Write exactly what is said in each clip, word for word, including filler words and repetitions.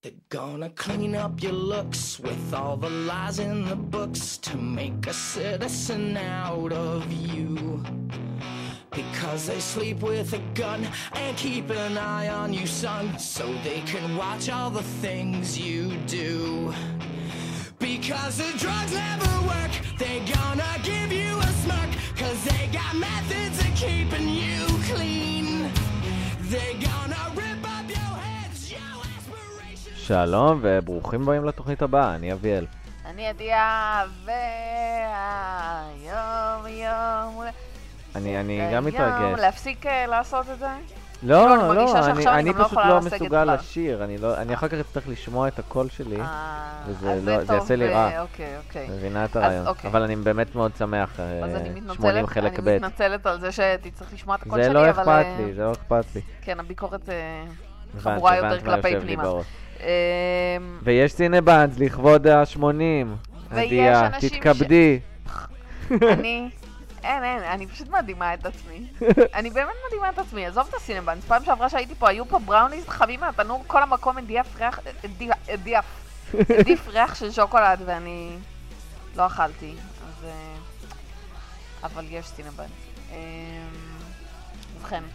They're gonna clean up your looks with all the lies in the books to make a citizen out of you. Because they sleep with a gun and keep an eye on you, son, so they can watch all the things you do. Because the drugs never work, they're gonna give you a smirk, cause they got methods of keeping you clean. They're gonna rip up your heads, your aspirations. שלום וברוכים הבאים לתוכנית הבאה, אני אביאל. אני עדיה, והיום יום... אני אני גם מתרגש. להפסיק לעשות את זה? לא, לא, אני פשוט לא מסוגל לשיר, אני אחר כך אצטרך לשמוע את הקול שלי, וזה יעשה לי רע. אוקיי, אוקיי. מבינה את הרעיון, אבל אני באמת מאוד שמח, שמונים חלק ב'. אני מתנצלת על זה שתצטרך לשמוע את הקול שלי, אבל... זה לא אכפת לי, זה לא אכפת לי. כן, הביקורת חמורה יותר כלפי פנימה. ויש סינבנס לכבוד ה-שמונים, עדיה, תתכבדי. אני... אין, אין, אני פשוט מדהימה את עצמי. אני באמת מדהימה את עצמי. עזוב את הסינבנס. פעם שעברה שהייתי פה, היו פה בראוניז חמים מהתנור, כל המקום הדיף ריח, הדיף, הדיף ריח של שוקולד, ואני לא אכלתי. אז... אבל יש סינבנס. ובכן.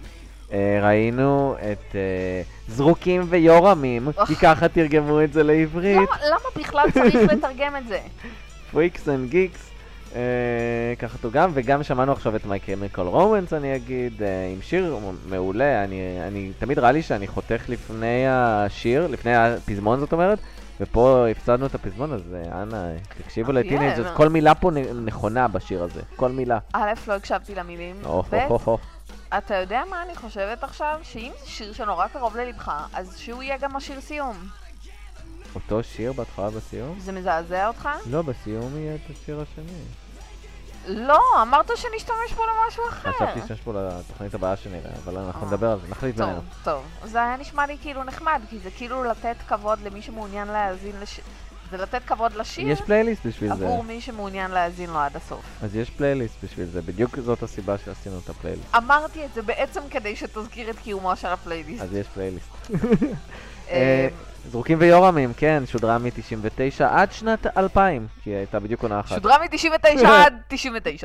ראינו את זרוקים ויורמים, כי ככה תרגמו את זה לעברית. למה בכלל צריך לתרגם את זה? פריקס אנד גיקס. Uh, ככה תוגם, וגם שמענו עכשיו את My Chemical Romance, אני אגיד, uh, עם שיר מעולה. אני, אני תמיד ראה לי שאני חותך לפני השיר, לפני הפזמון זאת אומרת, ופה הפסדנו את הפזמון, אז uh, אנא, תקשיבו לטינג'רס, כל מילה פה נכונה בשיר הזה, כל מילה. א', לא הקשבתי למילים, ב', אתה יודע מה אני חושבת עכשיו? שאם זה שיר שנורא קרוב ללבך, אז שהוא יהיה גם השיר סיום. אותו שיר בהתחלה בסיום? זה מזעזע אותך? לא, בסיום יהיה את השיר השני. לא, אמרת שנשתמש פה למשהו אחר. חשבתי שנשתמש פה לתוכנית הבאה שנראה, אבל אנחנו נדבר על זה, נחליט בינינו. טוב, טוב. זה היה נשמע לי כאילו נחמד, כי זה כאילו לתת כבוד למי שמעוניין להאזין לשיר. זה לתת כבוד לשיר. יש פלייליסט בשביל זה. עבור מי שמעוניין להאזין לו עד הסוף. אז יש פלייליסט בשביל זה, בדיוק זאת הסיבה שעשינו את הפלייליסט. אמרתי את זה בעצם כדי שתזכיר את קיומו של הפלייליסט. אז יש פלייליסט. זרוקים ויורמים, כן, שודרה מ-תשעים ותשע עד שנת אלפיים, כי היא הייתה בדיוק עונה אחת. שודרה מ-תשעים ותשע עד תשעים ותשע.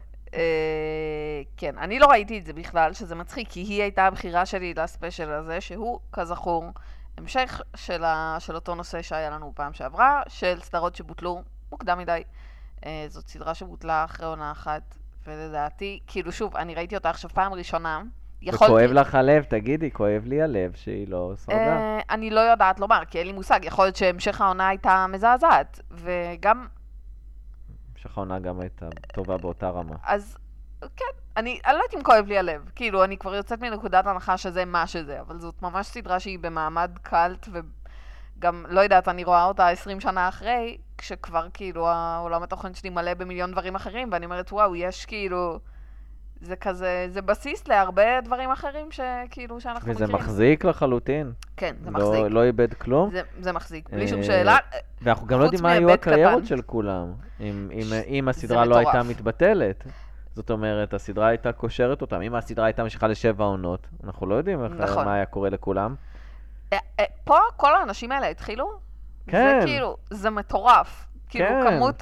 כן, אני לא ראיתי את זה בכלל, שזה מצחיק, כי היא הייתה הבחירה שלי לספיישל הזה, שהוא, כזכור, המשך של אותו נושא שהיה לנו פעם שעברה, של סדרות שבוטלו מוקדם מדי. זאת סדרה שבוטלה אחרי עונה אחת, ולדעתי, כאילו שוב, אני ראיתי אותה עכשיו פעם ראשונה, וכואב לך הלב, תגידי, כואב לי הלב שהיא לא שרדה. אני לא יודעת לומר, כי אין לי מושג, יכול להיות שהמשך העונה הייתה מזעזעת, וגם... המשך העונה גם הייתה טובה באותה רמה. אז כן, אני לא יודעת אם כואב לי הלב, כאילו אני כבר יוצאת מנקודת הנחה שזה מה שזה, אבל זאת ממש סדרה שהיא במעמד קלט, וגם לא יודעת, אני רואה אותה עשרים שנה אחרי, כשכבר כאילו העולם התוכן שלי מלא במיליון דברים אחרים, ואני אומרת, וואו, יש כאילו... זה כזה, זה בסיס להרבה דברים אחרים שכאילו שאנחנו וזה מכירים. וזה מחזיק לחלוטין. כן, זה לא, מחזיק. לא איבד כלום. זה, זה מחזיק, בלי שום שאלה. ואנחנו גם לא יודעים מה היו הקריירות של כולם, אם, אם, אם הסדרה לא הייתה מתבטלת. זאת אומרת, הסדרה הייתה קושרת אותם. אם הסדרה הייתה ממשיכה לשבע עונות, אנחנו לא יודעים נכון. מה היה קורה לכולם. פה כל האנשים האלה התחילו? כן. זה כאילו, זה מטורף. כאילו, כן. כמות...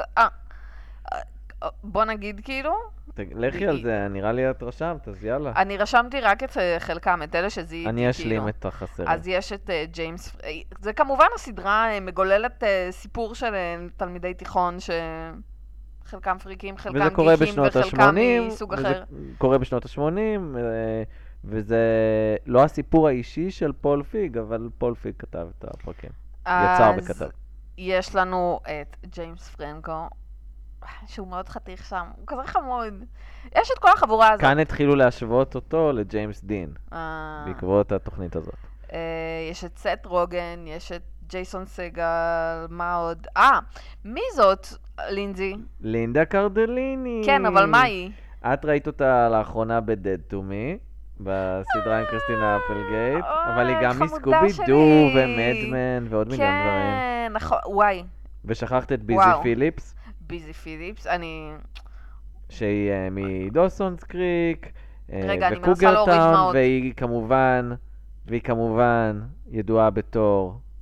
בוא נגיד כאילו... לכי על זה, נראה לי את רשמת, אז יאללה. אני רשמתי רק את חלקם, את אלה שזיהיתי. אני אשלים את החסרים. אז יש את ג'יימס, זה כמובן הסדרה מגוללת סיפור של תלמידי תיכון שחלקם פריקים, חלקם גיקים וחלקם מסוג אחר. וזה קורה בשנות ה-שמונים, וזה לא הסיפור האישי של פול פיג, אבל פול פיג כתב את הפרקים. יצר וכתב. יש לנו את ג'יימס פרנקו, שהוא מאוד חתיך שם, הוא כזה חמוד. יש את כל החבורה הזאת. כאן התחילו להשוות אותו לג'יימס דין, בעקבות התוכנית הזאת. יש את סט רוגן, יש את ג'ייסון סגל, מה עוד? אה, מי זאת, לינזי? לינדה קרדליני. כן, אבל מה היא? את ראית אותה לאחרונה ב-Dead to Me, בסדרה עם קריסטינה אפלגייט, אבל היא גם מסקובי דו ומדמן ועוד מיליון דברים. כן, נכון, וואי. ושכחת את ביזי פיליפס. ביזי פיליפס, אני... שהיא uh, מדוסונס קריק, רגע, אני מנסה להוריד דמעות. והיא כמובן, והיא כמובן ידועה בתור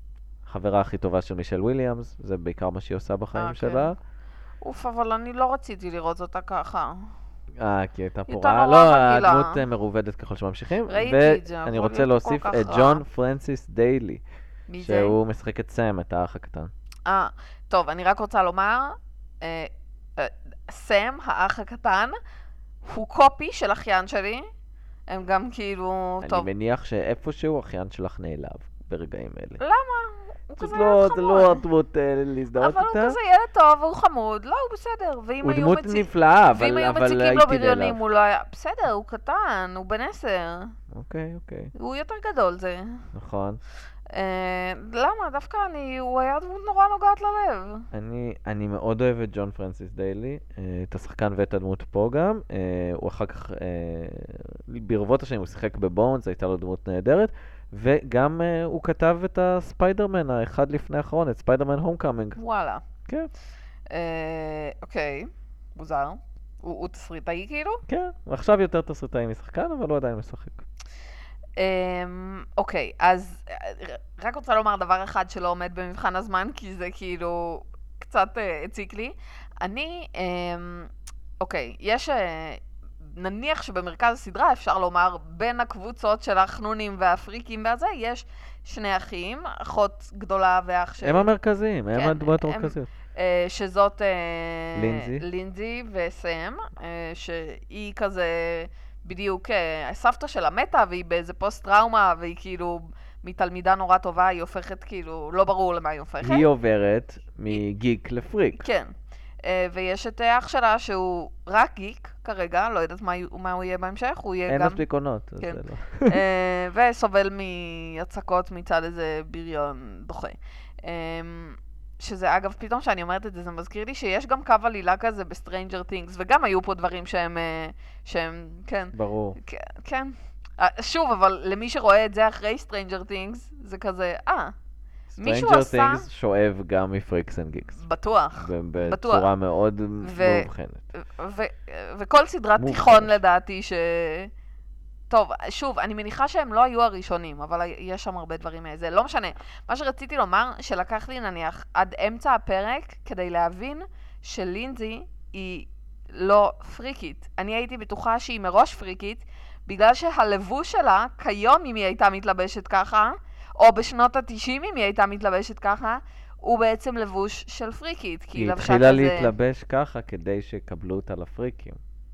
החברה הכי טובה של מישל וויליאמס, זה בעיקר מה שהיא עושה בחיים אה, שלה. אוף, אבל אני לא רציתי לראות אותה ככה. אה, כי הייתה היא פה הייתה רעה. נורא לא, מגעילה. הדמות אה, מרובדת ככל שממשיכים. ראיתי את זה, ואני אבל רוצה היא להוסיף כל כך את רעה. ג'ון פרנסיס דיילי, מי זה? שהוא משחק את סם, את האח הקטן. אה, טוב, אני רק רוצה לומר, אה, אה, סם, האח הקטן, הוא קופי של אחיין שלי. הם גם כאילו, טוב. אני מניח שאיפשהו אחיין שלך נעלב ברגעים אלה. למה? הוא זאת כזה לא, ילד זה לא חמוד. הדמות אה, להזדהות אבל איתה. הוא כזה ילד טוב, והוא חמוד. לא, הוא בסדר. ואם הוא היו דמות מצי- נפלאה, ואם אבל היו אבל מציקים לו הייתי בריונים, נעלב. הוא לא היה... בסדר, הוא קטן, הוא בן עשר. אוקיי, אוקיי, הוא יותר גדול זה. נכון. אה, למה? דווקא אני... הוא היה דמות נורא נוגעת ללב. אני, אני מאוד אוהב את ג'ון פרנסיס דיילי, אה, את השחקן ואת הדמות פה גם. אה, הוא אחר כך, אה, ברבות השנים הוא שיחק בבונדס, הייתה לו דמות נהדרת, וגם אה, הוא כתב את הספיידרמן האחד לפני האחרון, את ספיידרמן הומקאמינג. וואלה. כן, אה, אוקיי, מוזר. הוא הוא תסריטאי כאילו? כן, עכשיו יותר תסריטאי משחקן, אבל הוא עדיין משחק. אמ, אוקיי, אז אה, רק רוצה לומר דבר אחד שלא עומד במבחן הזמן, כי זה כאילו קצת אה, הציק לי. אני, אמ, אוקיי, יש, אה, נניח שבמרכז הסדרה אפשר לומר בין הקבוצות של החנונים והפריקים והזה, יש שני אחים, אחות גדולה ואח של... הם המרכזיים, הם כן, הדמויות הם- המרכזיות. אה, שזאת אה, לינזי. לינזי וסם, אה, שהיא כזה בדיוק אה, הסבתא שלה מתה והיא באיזה פוסט טראומה והיא כאילו מתלמידה נורא טובה, היא הופכת כאילו, לא ברור למה היא הופכת. היא עוברת מגיק לפריק. כן. אה, ויש את אה, אח שלה שהוא רק גיק כרגע, לא יודעת מה, הוא- מה הוא יהיה בהמשך, הוא יהיה אין גם... מספיק עונות, אז כן. זה לא. אה, וסובל מהצקות מצד איזה בריון דוחה. אה, שזה אגב, פתאום שאני אומרת את זה, זה מזכיר לי שיש גם קו עלילה כזה בסטרנג'ר טינגס, וגם היו פה דברים שהם, אה, שהם, כן, ברור. כן, כן. אה, שוב, אבל למי שרואה את זה אחרי סטרנג'ר טינגס, זה כזה, אה, מישהו Stranger עשה- Things שואב גם מפריקס אנד גיקס. בטוח. ב- בטוח. בצורה מאוד ו- מאובחנת. ו- וכל סדרת מובחנת. תיכון לדעתי ש... טוב, שוב, אני מניחה שהם לא היו הראשונים, אבל יש שם הרבה דברים מזה. לא משנה. מה שרציתי לומר, שלקח לי נניח עד אמצע הפרק כדי להבין שלינזי היא לא פריקית. אני הייתי בטוחה שהיא מראש פריקית, בגלל שהלבוש שלה, כיום אם היא הייתה מתלבשת ככה, או בשנות ה-תשעים אם היא הייתה מתלבשת ככה, הוא בעצם לבוש של פריקית. כי היא לבשה התחילה כזה... להתלבש ככה כדי שיקבלו אותה לפריקים.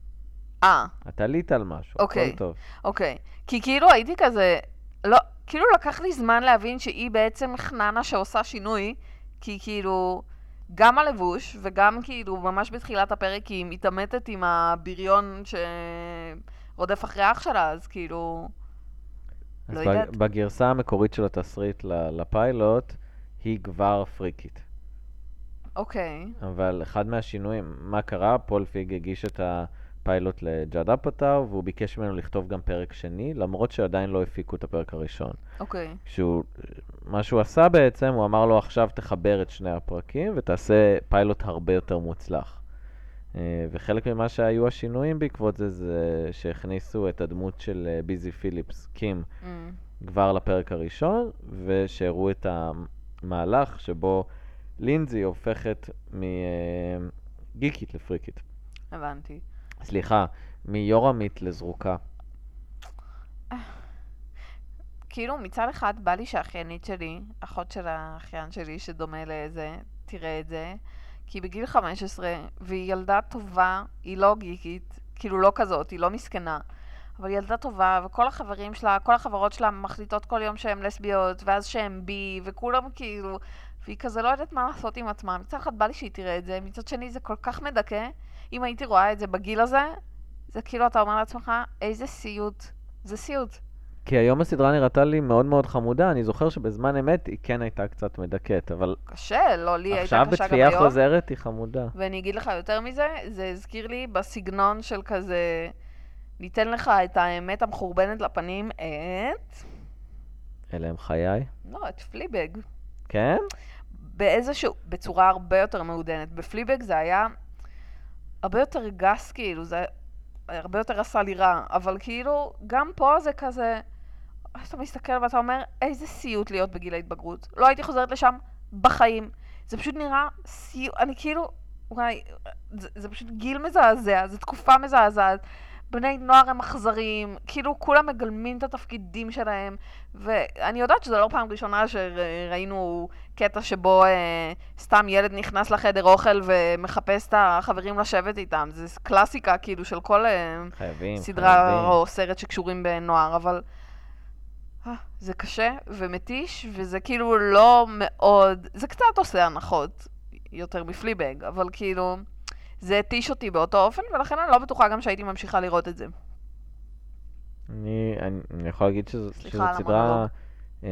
אה. את עלית על משהו, אוקיי. הכל טוב. אוקיי. כי כאילו הייתי כזה, לא, כאילו לקח לי זמן להבין שהיא בעצם חננה שעושה שינוי, כי כאילו, גם הלבוש, וגם כאילו, ממש בתחילת הפרק היא מתעמתת עם הבריון שרודף אחרי אח שלה, אז כאילו, אז לא בג- יודעת. בגרסה המקורית של התסריט ל- לפיילוט, היא כבר פריקית. אוקיי. אבל אחד מהשינויים, מה קרה? פול פיג הגיש את הפיילוט לג'אד אפאטאו, והוא ביקש ממנו לכתוב גם פרק שני, למרות שעדיין לא הפיקו את הפרק הראשון. אוקיי. כשהוא, מה שהוא עשה בעצם, הוא אמר לו עכשיו תחבר את שני הפרקים ותעשה פיילוט הרבה יותר מוצלח. אה, וחלק ממה שהיו השינויים בעקבות זה, זה שהכניסו את הדמות של אה, ביזי פיליפס, קים, Mm, כבר לפרק הראשון, ושהראו את המהלך שבו לינזי הופכת מגיקית לפריקית. הבנתי. סליחה, מיורמית לזרוקה. כאילו מצד אחד בא לי שהאחיינית שלי, אחות של האחיין שלי שדומה לזה, תראה את זה, כי היא בגיל חמש עשרה, והיא ילדה טובה, היא לא גיקית, כאילו לא כזאת, היא לא מסכנה, אבל היא ילדה טובה, וכל החברים שלה, כל החברות שלה מחליטות כל יום שהן לסביות, ואז שהן בי, וכולם כאילו, והיא כזה לא יודעת מה לעשות עם עצמה. מצד אחד בא לי שהיא תראה את זה, מצד שני זה כל כך מדכא, אם הייתי רואה את זה בגיל הזה, זה כאילו אתה אומר לעצמך, איזה סיוט, זה סיוט. כי היום הסדרה נראתה לי מאוד מאוד חמודה, אני זוכר שבזמן אמת היא כן הייתה קצת מדכאת, אבל קשה, לא, לי הייתה עכשיו קשה גם בצפייה היום. חוזרת היא חמודה. ואני אגיד לך יותר מזה, זה הזכיר לי בסגנון של כזה, ניתן לך את האמת המחורבנת לפנים, את... אלה הם חיי. לא, את פליבג. כן? באיזשהו, בצורה הרבה יותר מעודנת. בפליבג זה היה הרבה יותר גס, כאילו, זה הרבה יותר עשה לי רע, אבל כאילו, גם פה זה כזה, אז אתה מסתכל ואתה אומר, איזה סיוט להיות בגיל ההתבגרות. לא הייתי חוזרת לשם בחיים. זה פשוט נראה סיוט, אני כאילו, וואי, זה, זה פשוט גיל מזעזע, זו תקופה מזעזעת. בני נוער הם אכזריים, כאילו כולם מגלמים את התפקידים שלהם, ואני יודעת שזה לא פעם ראשונה שראינו קטע שבו אה, סתם ילד נכנס לחדר אוכל ומחפש את החברים לשבת איתם. זה קלאסיקה כאילו של כל אה, חייבים, סדרה חייבים. או סרט שקשורים בנוער, אבל אה, זה קשה ומתיש, וזה כאילו לא מאוד, זה קצת עושה הנחות יותר מפליבג, אבל כאילו זה התיש אותי באותו אופן, ולכן אני לא בטוחה גם שהייתי ממשיכה לראות את זה. אני, אני, אני יכול להגיד שזו, סליחה שזו על סדרה המונולוג. אה,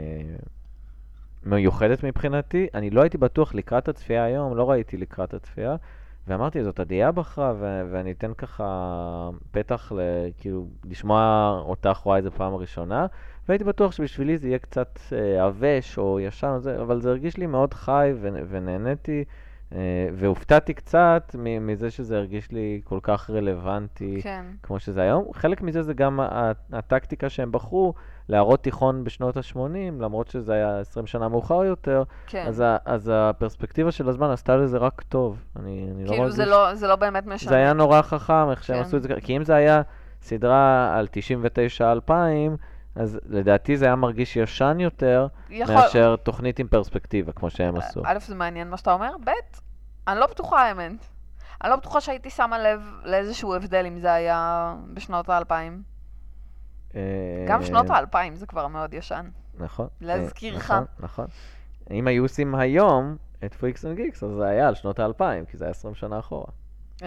מיוחדת מבחינתי. אני לא הייתי בטוח לקראת הצפייה היום, לא ראיתי לקראת הצפייה, ואמרתי, זאת עדייה בחרה, ו- ואני אתן ככה פתח ל- כאילו, לשמוע אותך רואה את זה פעם ראשונה, והייתי בטוח שבשבילי זה יהיה קצת אה, עבש או ישן, או זה, אבל זה הרגיש לי מאוד חי ו- ונהניתי, אה, והופתעתי קצת מ- מזה שזה הרגיש לי כל כך רלוונטי. כן. כמו שזה היום. חלק מזה זה גם ה- הטקטיקה שהם בחרו להראות תיכון בשנות ה-שמונים, למרות שזה היה עשרים שנה מאוחר יותר, כן. אז, ה- אז הפרספקטיבה של הזמן עשתה לזה רק טוב. אני, אני לא כאילו מרגיש... זה לא, זה לא באמת משנה. זה היה נורא חכם איך שהם כן. עשו את זה, כי אם זה היה סדרה על תשעים ותשע אלפיים, אז לדעתי זה היה מרגיש ישן יותר, יכול... מאשר תוכנית עם פרספקטיבה, כמו שהם עשו. א', זה מעניין מה שאתה אומר, ב', אני לא בטוחה האמת. אני לא בטוחה שהייתי שמה לב לאיזשהו הבדל אם זה היה בשנות האלפיים. אה, גם שנות האלפיים זה כבר מאוד ישן. נכון. להזכירך. נכון, נכון. אם היו עושים היום את פריקס אנד גיקס, אז זה היה על שנות האלפיים, כי זה היה עשרים שנה אחורה. אמ,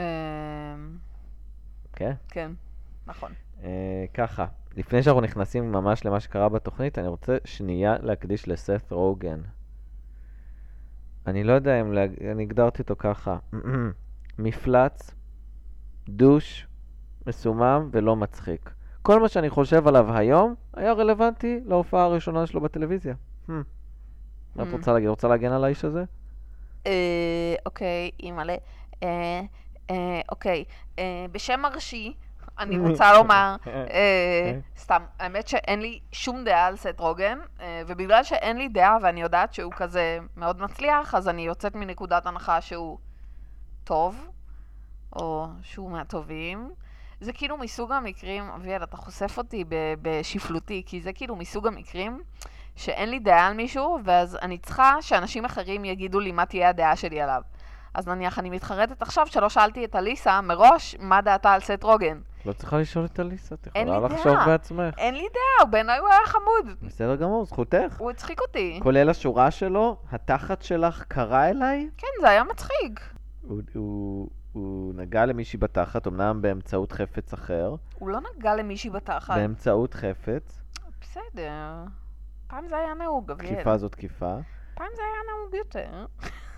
כן? כן, נכון. אה, ככה, לפני שאנחנו נכנסים ממש למה שקרה בתוכנית, אני רוצה שנייה להקדיש לסת רוגן. אני לא יודע אם להג... אני הגדרתי אותו ככה. מפלץ, דוש, מסומם ולא מצחיק. כל מה שאני חושב עליו היום היה רלוונטי להופעה הראשונה שלו בטלוויזיה. Hmm. מה את Hmm. רוצה להגיד? רוצה להגן על האיש הזה? אה, אוקיי, אימא'לה. אה, אה, אוקיי, אה, בשם מרשי, אני רוצה לומר, אה, סתם, האמת שאין לי שום דעה על סת רוגן, אה, ובגלל שאין לי דעה ואני יודעת שהוא כזה מאוד מצליח, אז אני יוצאת מנקודת הנחה שהוא טוב, או שהוא מהטובים. זה כאילו מסוג המקרים, אביאל, אתה חושף אותי ב- בשפלותי, כי זה כאילו מסוג המקרים שאין לי דעה על מישהו, ואז אני צריכה שאנשים אחרים יגידו לי מה תהיה הדעה שלי עליו. אז נניח, אני מתחרטת עכשיו שלא שאלתי את אליסה מראש מה דעתה על סת רוגן. לא צריכה לשאול את אליסה, את אין יכולה לי לחשוב דעה. בעצמך. אין לי דעה, בעיניי הוא היה חמוד. בסדר גמור, זכותך. הוא הצחיק אותי. כולל השורה שלו, התחת שלך קרא אליי, כן, זה היה מצחיק. הוא, הוא, הוא נגע למישהי בתחת, אמנם באמצעות חפץ אחר, הוא לא נגע למישהי בתחת. באמצעות חפץ, בסדר. פעם זה היה נהוג, אביאל. תקיפה זו תקיפה. פעם זה היה נהוג יותר.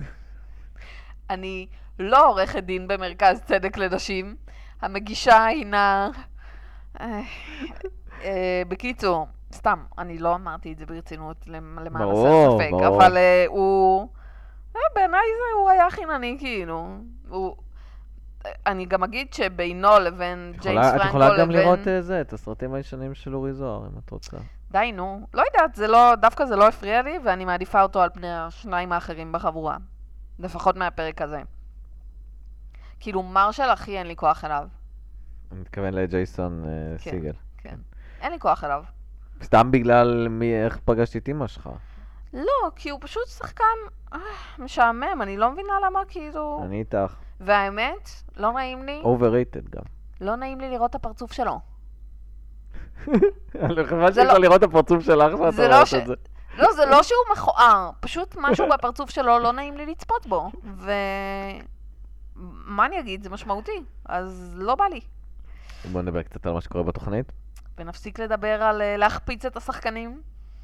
אני לא עורכת דין במרכז צדק לנשים. המגישה הינה... אה, אה, בקיצור, סתם, אני לא אמרתי את זה ברצינות למ- למען ברור, הסר ספק, ברור. אבל אה, הוא... אה, בעיניי זה, הוא היה חינני, כאילו. הוא... אני גם אגיד שבינו לבין יכולה- ג'יימס את פרנקו יכולה גם לבין... לראות אה, זה, את הסרטים הישנים של אורי זוהר, אם את רוצה. די, נו. לא יודעת, זה לא, דווקא זה לא הפריע לי, ואני מעדיפה אותו על פני השניים האחרים בחבורה. לפחות מהפרק הזה. כאילו, מרשל אחי אין לי כוח אליו. אני מתכוון לג'ייסון אה, כן. סיגל. כן. אין לי כוח אליו. סתם בגלל מי, איך פגשתי את אמא שלך. לא, כי הוא פשוט שחקן אה, משעמם, אני לא מבינה למה כאילו... אני איתך. והאמת, לא נעים לי, overrated גם. לא נעים לי לראות את הפרצוף שלו. חבל זה שאי לא- אפשר לראות את הפרצוף שלך ואת זה לא אומרת ש- את זה. לא, זה לא שהוא מכוער, פשוט משהו בפרצוף שלו לא נעים לי לצפות בו. ו... מה אני אגיד? זה משמעותי, אז לא בא לי. בוא נדבר קצת על מה שקורה בתוכנית. ונפסיק לדבר על אה, להחפיץ את השחקנים.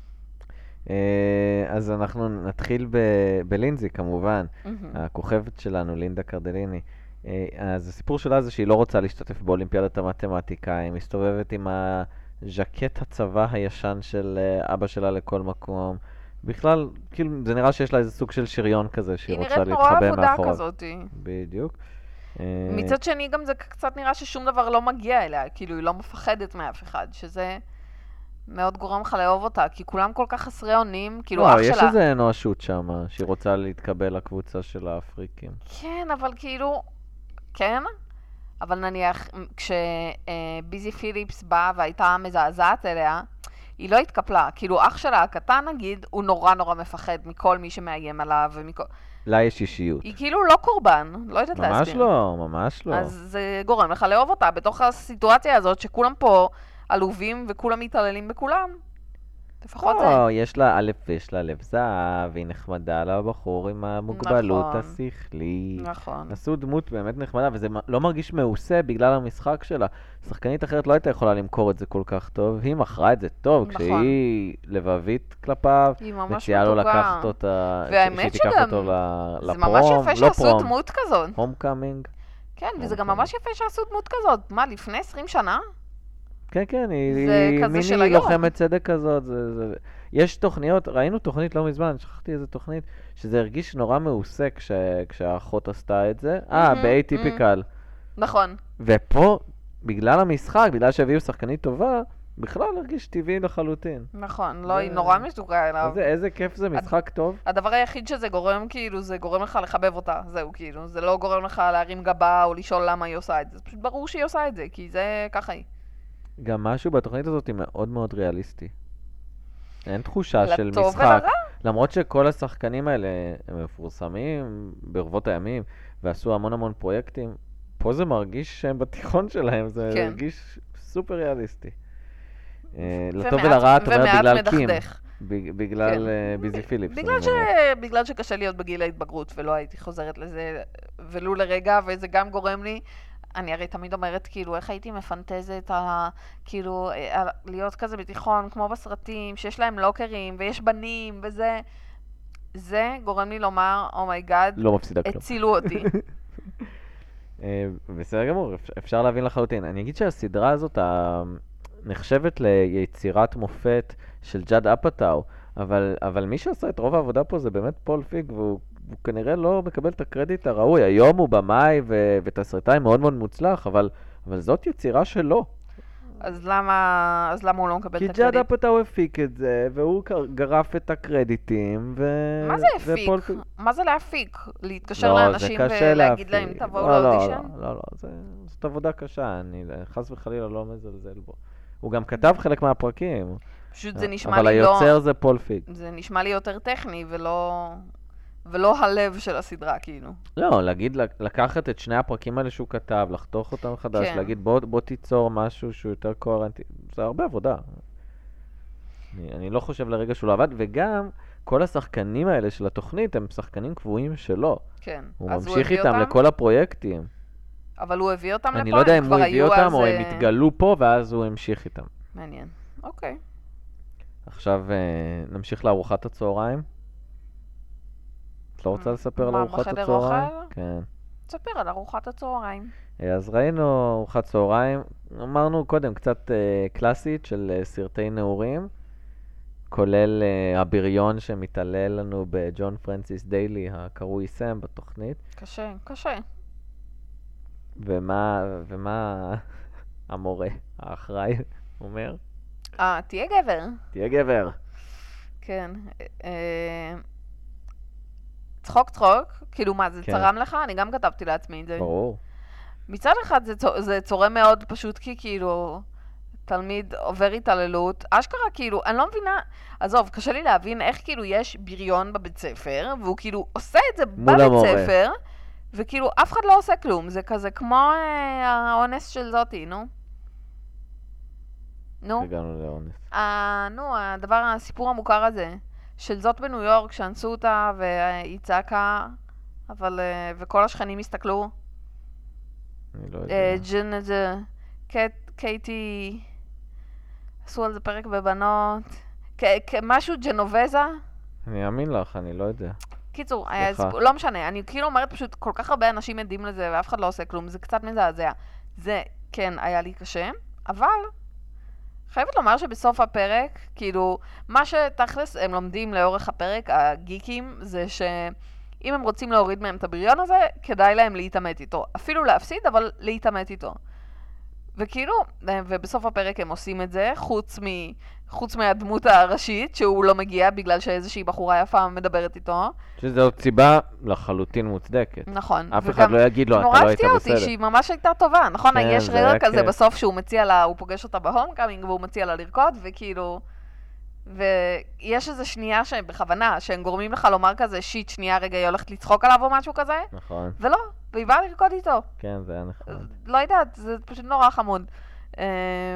אה, אז אנחנו נתחיל ב- בלינזי כמובן, מהמם. הכוכבת שלנו, לינדה קרדליני. אה, אז הסיפור שלה זה שהיא לא רוצה להשתתף באולימפיאדת המתמטיקה, היא מסתובבת עם הז'קט הצבא הישן של אה, אבא שלה לכל מקום. בכלל, כאילו, זה נראה שיש לה איזה סוג של שריון כזה שהיא היא רוצה נראית נורא להתחבא עבודה מאחוריו. כזאת. בדיוק. אה, מצד שני גם זה קצת נראה ששום דבר לא מגיע אליה, כאילו היא לא מפחדת מאף אחד, שזה מאוד גורם לך לאהוב אותה, כי כולם כל כך חסרי אונים, כאילו לא, אח יש שלה... איזה נואשות שם, שהיא רוצה להתקבל לקבוצה של האפריקים. כן, אבל כאילו... כן? אבל נניח, כשביזי פיליפס באה והייתה מזעזעת אליה, היא לא התקפלה. כאילו, אח שלה הקטן, נגיד, הוא נורא נורא מפחד מכל מי שמאיים עליו ומכל... לה יש אישיות. היא כאילו לא קורבן, לא יודעת להסביר. ממש לא, ממש לא. אז זה גורם לך לאהוב אותה בתוך הסיטואציה הזאת שכולם פה עלובים וכולם מתעללים בכולם. לפחות זה. לא, יש לה, א', יש לה לב זהב, והיא נחמדה לבחור עם המוגבלות נכון. השכלית. נכון. עשו דמות באמת נחמדה, וזה מ- לא מרגיש מעושה בגלל המשחק שלה. שחקנית אחרת לא הייתה יכולה למכור את זה כל כך טוב, היא מכרה את זה טוב, נכון. כשהיא לבבית כלפיו, היא ממש מציעה לו מתוקה. לקחת אותה, והאמת שהיא תיקח שגם אותו ל- זה לפרום, ממש יפה לא שעשו פרום, דמות כזאת. הום קאמינג. כן, וזה אוקיי. גם ממש יפה שעשו דמות כזאת. מה, לפני עשרים שנה? כן, כן, היא, זה היא כזה של מיני היום. לוחמת צדק כזאת. זה, זה... יש תוכניות, ראינו תוכנית לא מזמן, שכחתי איזה תוכנית, שזה הרגיש נורא מעושה כש... כשהאחות עשתה את זה. אה, מהמם, ב-Atypical. נכון. ופה, בגלל המשחק, בגלל שהביאו שחקנית טובה, בכלל הרגיש טבעי לחלוטין. נכון, לא, זה- היא נורא משתוקה אליו. איזה, איזה כיף זה, משחק טוב. הדבר היחיד שזה גורם, כאילו, זה גורם לך לחבב אותה. זהו, כאילו. זה לא גורם לך להרים גבה או לשאול למה היא עושה את זה. זה פשוט ברור שהיא עושה את זה, כי זה ככה היא. גם משהו בתוכנית הזאת היא מאוד מאוד ריאליסטי. אין תחושה של לטוב משחק. ולרע. למרות שכל השחקנים האלה הם מפורסמים ברבות הימים, ועשו המון המון פרויקטים, פה זה מרגיש שהם בתיכון שלהם, זה כן. מרגיש סופר ריאליסטי. אה, ומעט- לטוב ולרע, את אומרת ומעט בגלל קים, מדכדך. בג- בגלל כן. אה, ביזי פיליפס. בגלל, אני ש... מניח. בגלל שקשה להיות בגיל ההתבגרות, ולא הייתי חוזרת לזה ולו לרגע, וזה גם גורם לי, אני הרי תמיד אומרת, כאילו, איך הייתי מפנטזת על, ה- כאילו, על להיות כזה בתיכון, כמו בסרטים, שיש להם לוקרים, ויש בנים, וזה, זה גורם לי לומר, אומייגאד, לא מפסידה כלום. הצילו אותי. אה, בסדר גמור, אפשר- אפשר להבין לחלוטין. אני אגיד שהסדרה הזאת ה- נחשבת ליצירת מופת של ג'אד אפאטאו, אבל, אבל מי שעשה את רוב העבודה פה זה באמת פול פיג, והוא הוא כנראה לא מקבל את הקרדיט הראוי. היום הוא במאי ו- ותסריטאי מאוד מאוד מוצלח, אבל, אבל זאת יצירה שלו. אז למה, אז למה הוא לא מקבל כי את ג'אד הקרדיט? אפאטאו הפיק את זה, והוא כ- גרף את הקרדיטים, ו... מה זה הפיק? ופול פיג- מה זה להפיק? להתקשר לא, זה לאנשים קשה ולהגיד להם, להפיק. תבואו לא, לא, לאודישן? לא, לא, לא, זה, זאת עבודה קשה, אני חס וחלילה לא מזלזל בו. הוא גם כתב חלק מהפרקים, פשוט זה נשמע אבל לי לא... היוצר זה פול פיג. זה נשמע לי יותר טכני ולא... ולא הלב של הסדרה, כאילו. לא, להגיד, לקחת את שני הפרקים האלה שהוא כתב, לחתוך אותם מחדש, כן. להגיד בוא, בוא תיצור משהו שהוא יותר קוהרנטי, זה הרבה עבודה. אני, אני לא חושב לרגע שהוא לא עבד, וגם כל השחקנים האלה של התוכנית הם שחקנים קבועים שלו. כן. הוא אז ממשיך הביא איתם אותם? לכל הפרויקטים. אבל הוא הביא אותם לפה? אני לא יודע אם כבר הוא הביא היו אותם אז, או הם אה, התגלו פה ואז הוא המשיך איתם. מעניין. אוקיי. עכשיו אה, נמשיך לארוחת הצהריים. את לא רוצה לספר על מה, ארוחת בחדר הצהריים? אוכל? כן. תספר על ארוחת הצהריים. אה, אז ראינו ארוחת צהריים, אמרנו קודם קצת אה, קלאסית של אה, סרטי נעורים, כולל אה, הבריון שמתעלל לנו בג'ון פרנסיס דיילי, הקרוי סם בתוכנית, קשה, קשה. ומה, ומה המורה, האחראי, אומר? אה, תהיה גבר. תהיה גבר. כן. אה, צחוק צחוק, כאילו מה, זה כן. צרם לך? אני גם כתבתי לעצמי את זה. ברור. מצד אחד זה, צו- זה צורם מאוד פשוט כי כאילו תלמיד עובר התעללות, אשכרה כאילו, אני לא מבינה, עזוב, קשה לי להבין איך כאילו יש בריון בבית ספר, והוא כאילו עושה את זה מול בבית המורה. ספר, וכאילו אף אחד לא עושה כלום, זה כזה כמו אה, האונס של זאתי, נו. נו, הגענו לאונס. אה, נו, הדבר, הסיפור המוכר הזה, של זאת בניו יורק, שאנסו אותה והיא צעקה, אבל, אה, וכל השכנים הסתכלו. אני לא יודע. אה, ג'ן, זה, קט- קייטי, עשו על זה פרק בבנות, כ- כ- משהו ג'נובזה. אני אאמין לך, אני לא יודע. קיצור, היה סליחה. סיפור- לא משנה, אני כאילו אומרת פשוט, כל כך הרבה אנשים עדים לזה ואף אחד לא עושה כלום, זה קצת מזעזע. זה, כן, היה לי קשה, אבל חייבת לומר שבסוף הפרק, כאילו, מה שתכלס הם לומדים לאורך הפרק, הגיקים, זה שאם הם רוצים להוריד מהם את הבריון הזה, כדאי להם להתאמת איתו. אפילו להפסיד, אבל להתאמת איתו. וכאילו, ובסוף הפרק הם עושים את זה, חוץ מ... חוץ מהדמות הראשית, שהוא לא מגיע בגלל שאיזושהי בחורה יפה מדברת איתו. שזו סיבה לחלוטין מוצדקת. נכון. אף אחד לא יגיד לו, אתה לא היית בסדר. נורא הפתיע אותי שהיא ממש הייתה טובה, נכון? כן, יש זה היה רגע כזה כיף. בסוף שהוא מציע לה, הוא פוגש אותה בהומקאמינג, והוא מציע לה לרקוד, וכאילו... ויש איזו שנייה שבכוונה, שהם גורמים לך לומר כזה, שיט, שנייה רגע, היא הולכת לצחוק עליו או משהו כזה, נכון. ולא, והיא באה לרקוד איתו. כן, זה היה נכון. לא יודעת, זה פשוט נורא חמוד. אמ,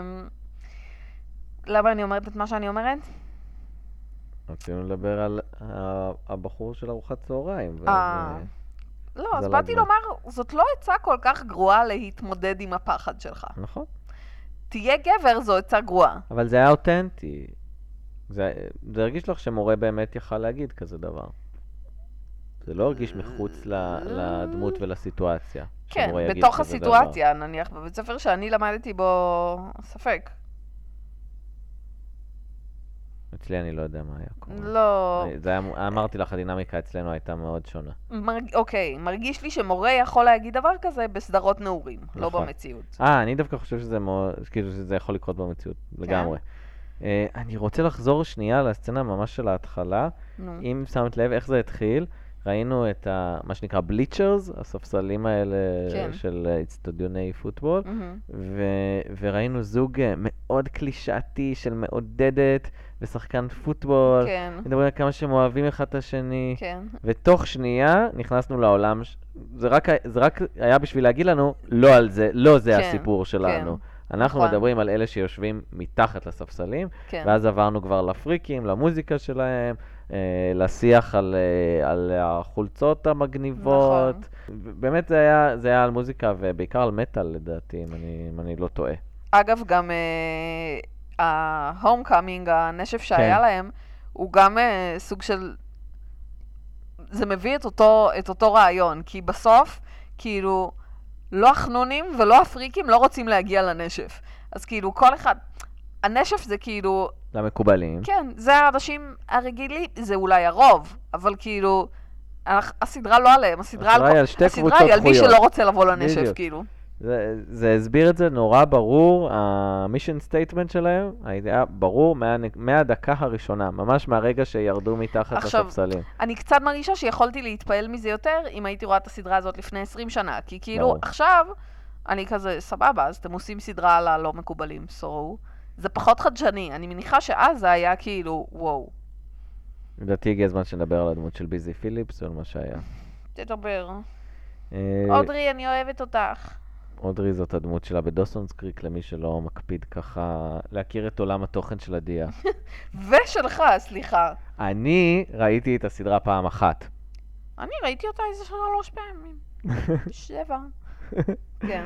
למה אני אומרת את מה שאני אומרת? רצינו לדבר על ה- הבחור של ארוחת צהריים. ואז, אה. אה, לא, זה אז לא באתי הדבר. לומר, זאת לא עצה כל כך גרועה להתמודד עם הפחד שלך. נכון. תהיה גבר, זו עצה גרועה. אבל זה היה אותנטי. זה, זה הרגיש לך שמורה באמת יכל להגיד כזה דבר. זה לא הרגיש מחוץ ל- לדמות ולסיטואציה. כן, שמורה יגיד בתוך כזה הסיטואציה, נניח, בבית ספר שאני למדתי בו ספק. דבר. אצלי אני לא יודע מה היה קורה. לא... זה היה, אמרתי לך, הדינמיקה אצלנו הייתה מאוד שונה. מרג... אוקיי, מרגיש לי שמורה יכול להגיד דבר כזה בסדרות נעורים, לא נכון. במציאות. אה, אני דווקא חושב שזה מאוד, כאילו שזה יכול לקרות במציאות, לגמרי. אה, אני רוצה לחזור שנייה לסצנה ממש של ההתחלה. נו. אם שמת לב איך זה התחיל, ראינו את ה, מה שנקרא בליצ'רס, הספסלים האלה כן. של אה, אצטדיוני פוטבול, מהמם. ו- וראינו זוג אה, מאוד קלישאתי של מעודדת ושחקן פוטבול, כן, מדברים על כמה שהם אוהבים אחד את השני, כן. ותוך שנייה נכנסנו לעולם, ש- זה רק, זה רק היה בשביל להגיד לנו, לא על זה, לא זה כן, הסיפור שלנו. אנחנו נכון. מדברים על אלה שיושבים מתחת לספסלים, כן. ואז עברנו כבר לפריקים, למוזיקה שלהם, אה, לשיח על, אה, על החולצות המגניבות. נכון. באמת זה היה, זה היה על מוזיקה ובעיקר על מטל לדעתי, אם אני, אם אני לא טועה. אגב, גם ההומקאמינג, הנשף שהיה כן. להם, הוא גם אה, סוג של... זה מביא את אותו, את אותו רעיון, כי בסוף, כאילו, לא החנונים ולא הפריקים לא רוצים להגיע לנשף. אז כאילו, כל אחד... הנשף זה כאילו... למקובלים. כן, זה האנשים הרגילים, זה אולי הרוב, אבל כאילו, הח- הסדרה לא עליהם, הסדרה הסדרה על, היא על שתי הסדרה קבוצות היא על מי דחויות. שלא רוצה לבוא לנשף, בדיוק. כאילו. זה, זה הסביר את זה נורא ברור, המישן סטייטמנט שלהם היה ברור מה, מהדקה הראשונה, ממש מהרגע שירדו מתחת עכשיו, לספסלים. אני קצת מרגישה שיכולתי להתפעל מזה יותר אם הייתי רואה את הסדרה הזאת לפני עשרים שנה, כי כאילו ברור. עכשיו אני כזה סבבה, אז אתם עושים סדרה על הלא מקובלים, סורו. זה פחות חדשני, אני מניחה שאז זה היה כאילו, וואו. לדעתי הגיע הזמן שנדבר על הדמות של ביזי פיליפס ועל מה שהיה. תדבר. אה, אודרי, אני אוהבת אותך. אודרי זאת הדמות שלה בדוסונס קריק, למי שלא מקפיד ככה להכיר את עולם התוכן של הדיה. ושלך, סליחה. אני ראיתי את הסדרה פעם אחת. אני ראיתי אותה איזה שלוש פעמים. שבע. כן.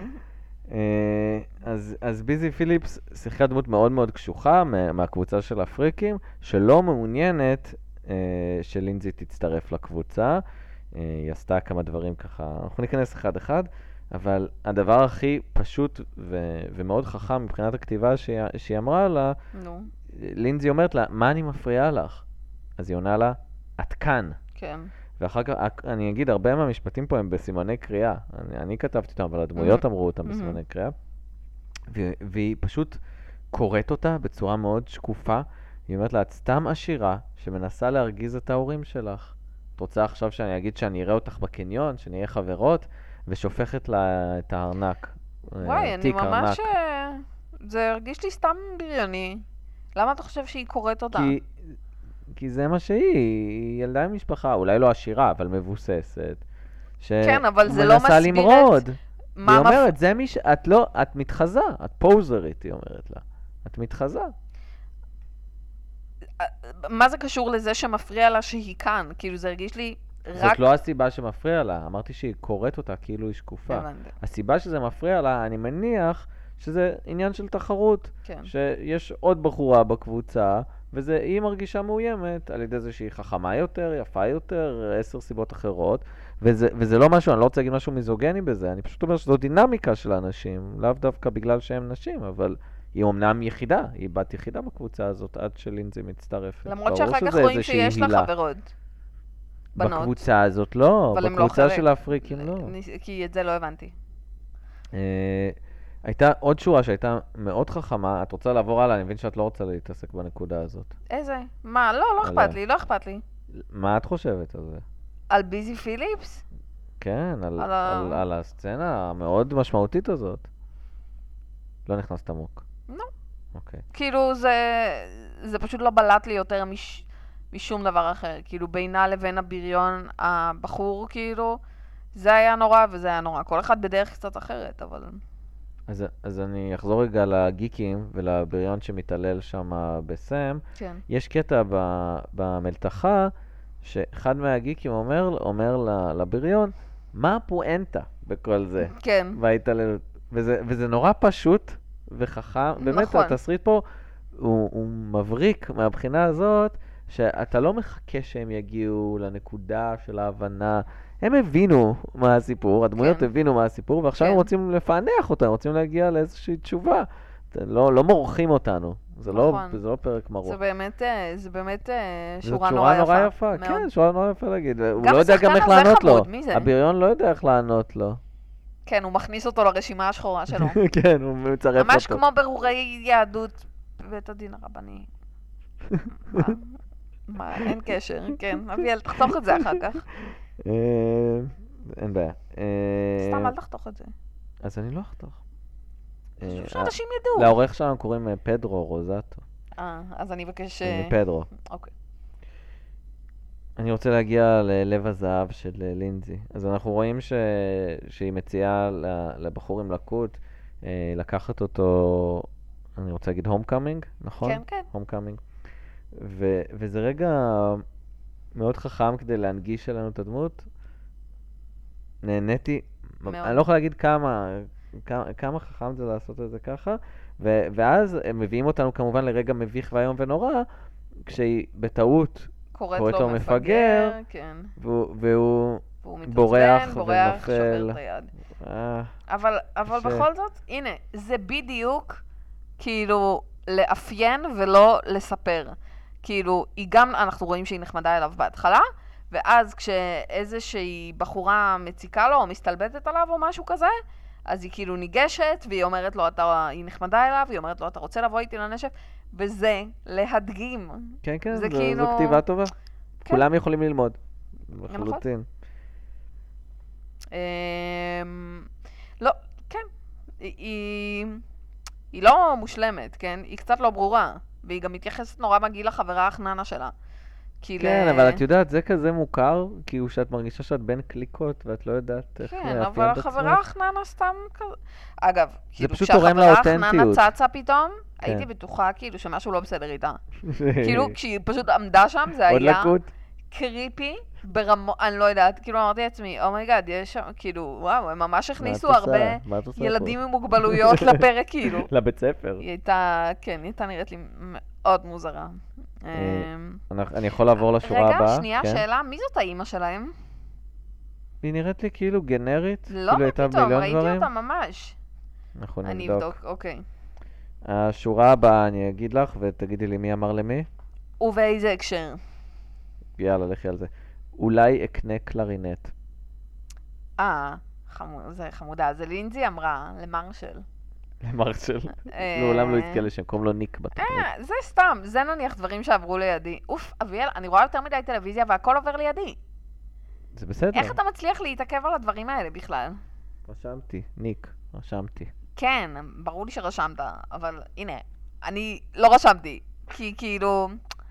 אה, אז, אז ביזי פיליפס שיחקה דמות מאוד מאוד קשוחה מה- מהקבוצה של הפריקים, שלא מעוניינת אה, שלינזי תצטרף לקבוצה. אה, היא עשתה כמה דברים ככה, אנחנו ניכנס אחד אחד, אבל הדבר הכי פשוט ו- ומאוד חכם מבחינת הכתיבה שהיא, שהיא אמרה לה, נו, לינזי אומרת לה, מה אני מפריעה לך? אז היא עונה לה, את כאן. כן. ואחר כך, אני אגיד, הרבה מהמשפטים פה הם בסימני קריאה. אני, אני כתבתי אותם, אבל הדמויות Mhm. אמרו אותם Mhm. בסימני קריאה. ו- והיא פשוט קוראת אותה בצורה מאוד שקופה. היא אומרת לה, את סתם עשירה שמנסה להרגיז את ההורים שלך. את רוצה עכשיו שאני אגיד שאני אראה אותך בקניון, שנהיה חברות, ושופכת לה את הארנק. אה, וואי, אני תיק ממש... ארנק. אה, זה הרגיש לי סתם בריוני. למה אתה חושב שהיא קוראת אותה? כי, כי זה מה שהיא, היא ילדה ממשפחה, אולי לא עשירה, אבל מבוססת. כן, אבל זה לא מנסה מסביר את- למרוד. מה היא מפ- אומרת, זה מי ש... את לא, את מתחזה, את פוזרית, היא אומרת לה. את מתחזה. מה זה קשור לזה שמפריע לה שהיא כאן? כאילו, זה הרגיש לי רק... זאת לא הסיבה שמפריע לה, אמרתי שהיא קוראת אותה כאילו היא שקופה. הבנתי. הסיבה שזה מפריע לה, אני מניח שזה עניין של תחרות. כן. שיש עוד בחורה בקבוצה, והיא מרגישה מאוימת על ידי זה שהיא חכמה יותר, יפה יותר, עשר סיבות אחרות, וזה, וזה לא משהו, אני לא רוצה להגיד משהו מיזוגני בזה, אני פשוט אומר שזו דינמיקה של האנשים, לאו דווקא בגלל שהם נשים, אבל היא אומנם יחידה, היא בת יחידה בקבוצה הזאת עד שלינזי מצטרפת. למרות ברור שאחר כך שזה רואים איזושהי שיש לה הילה. חברות. בנות. בקבוצה הזאת לא, אבל הם לא בקבוצה חלק. של האפריקים לא. ניס- כי את זה לא הבנתי. אה, הייתה עוד שורה שהייתה מאוד חכמה, את רוצה לעבור הלאה, אני מבין שאת לא רוצה להתעסק בנקודה הזאת. איזה? מה? לא, לא אכפת לי, לא אכפת לי. מה את חושבת על זה? על ביזי פיליפס? כן, על, על על, ה- על, על הסצנה המאוד משמעותית הזאת. לא נכנסת עמוק. לא. אוקיי. כאילו זה, זה פשוט לא בלט לי יותר מש, משום דבר אחר. כאילו בינה לבין הבריון הבחור, כאילו, זה היה נורא וזה היה נורא. כל אחד בדרך קצת אחרת, אבל... אז, אז אני אחזור רגע לגיקים ולבריון שמתעלל שם בסם. כן. יש קטע ב, במלתחה, שאחד מהגיקים אומר, אומר ל- לבריון, מה הפואנטה בכל זה? כן. בהתעללות. וזה, וזה נורא פשוט וחכם. באמת, נכון. התסריט פה הוא, הוא מבריק מהבחינה הזאת, שאתה לא מחכה שהם יגיעו לנקודה של ההבנה. הם הבינו מה הסיפור, הדמויות כן. הבינו מה הסיפור, ועכשיו כן. הם רוצים לפענח אותם, רוצים להגיע לאיזושהי תשובה. לא, לא מורחים אותנו. זה לא, נכון. זה לא פרק מרוח. זה באמת, אה, זה באמת אה, זאת שורה שורה נורא נורא יפה. יפה. מאוד. כן, שורה נורא יפה להגיד. הוא גם לא יודע השחקן גם איך הזה לענות לו. חמוד, מי זה? הבריון לא יודע איך לענות לו. כן, הוא מכניס אותו לרשימה השחורה שלו. כן, הוא מצרף אותו. ממש כמו ברורי יהדות בבית הדין הרבני. מה? מה? אין קשר, כן. אביאל, תחתוך את זה אחר כך. אה, אין בעיה. אה, סתם, אל תחתוך את זה. אז אני לא אחתוך. אה, חשוב שאנשים ידעו. לעורך שלנו קוראים אה, פדרו רוזטו. אה, אז אני אבקש... אה, אה, פדרו. אוקיי. אני רוצה להגיע ללב הזהב של אה, לינזי. אז אנחנו רואים ש... שהיא מציעה ל- לבחור עם לקות אה, לקחת אותו, אני רוצה להגיד הום קאמינג, נכון? כן, כן. הום קאמינג. ו... וזה רגע מאוד חכם כדי להנגיש אלינו את הדמות. נהניתי, מאוד. אני לא יכול להגיד כמה, כמה, כמה חכם זה לעשות את זה ככה, ו... ואז הם מביאים אותנו כמובן לרגע מביך ואיום ונורא, כשהיא בטעות קוראת קוראת לו לו מפגר, מפגר, כן. והוא, והוא והוא בורח מתעצבן, בורח, ונופל. שובר את היד. אה, אבל, אבל קשה. בכל זאת, הנה, זה בדיוק כאילו לאפיין ולא לספר. כאילו, היא גם, אנחנו רואים שהיא נחמדה אליו בהתחלה, ואז כשאיזושהי בחורה מציקה לו או מסתלבטת עליו או משהו כזה, אז היא כאילו ניגשת, והיא אומרת לו, אתה, היא נחמדה אליו, היא אומרת לו, אתה רוצה לבוא איתי לנשף? וזה להדגים. כן, כן, זה זו, כאילו- זו כתיבה טובה. כן. כולם יכולים ללמוד. נכון. לחלוטין. אמ, לא, כן. היא- היא... היא לא מושלמת, כן? היא קצת לא ברורה. והיא גם מתייחסת נורא מגעיל לחברה החננה שלה. כי כן, ל- אבל את יודעת, זה כזה מוכר, כאילו שאת מרגישה שאת בין קליקות, ואת לא יודעת איך כן, לאפיין אבל את החברה עצמך. החננה סתם כזה... אגב, כאילו, פשוט תורם כשהחברה החננה לאותנטיות. צצה פתאום, כן. הייתי בטוחה כאילו שמשהו לא בסדר איתה. כאילו, כשהיא פשוט עמדה שם, זה עוד היה לקות. קריפי ברמו... אני לא יודעת, כאילו אמרתי לעצמי, אומייגאד, יש שם, כאילו, וואו, הם ממש מה את הכניסו עושה? הרבה מה את עושה פה? ילדים עם מוגבלויות לפרק, כאילו. לבית ספר. היא הייתה, כן, היא הייתה נראית לי מאוד מוזרה. אמ, אני- אני יכול לעבור לשורה הבאה? רגע, שנייה, כן? שאלה, מי זאת האימא שלהם? היא נראית לי כאילו גנרית. לא, כאילו מה הייתה פתאום, מיליון ראיתי דברים. אותה ממש. אנחנו אני נבדוק. אבדוק, אוקיי. השורה הבאה אני אגיד לך, ותגידי לי מי אמר למי. ובאיזה הקשר? יאללה, לכי על זה. אולי אקנה קלרינט. אה, חמוד, זה חמודה. זה לינזי אמרה למרשל. למרשל. אה, לעולם לא יזכה לשם, קוראים לו ניק בתוכנית. אה, זה סתם, זה נניח דברים שעברו לידי. אוף, אביאל, אני רואה יותר מדי טלוויזיה והכל עובר לידי. זה בסדר. איך אתה מצליח להתעכב על הדברים האלה בכלל? רשמתי, ניק, רשמתי. כן, ברור לי שרשמת, אבל הנה, אני לא רשמתי, כי כאילו...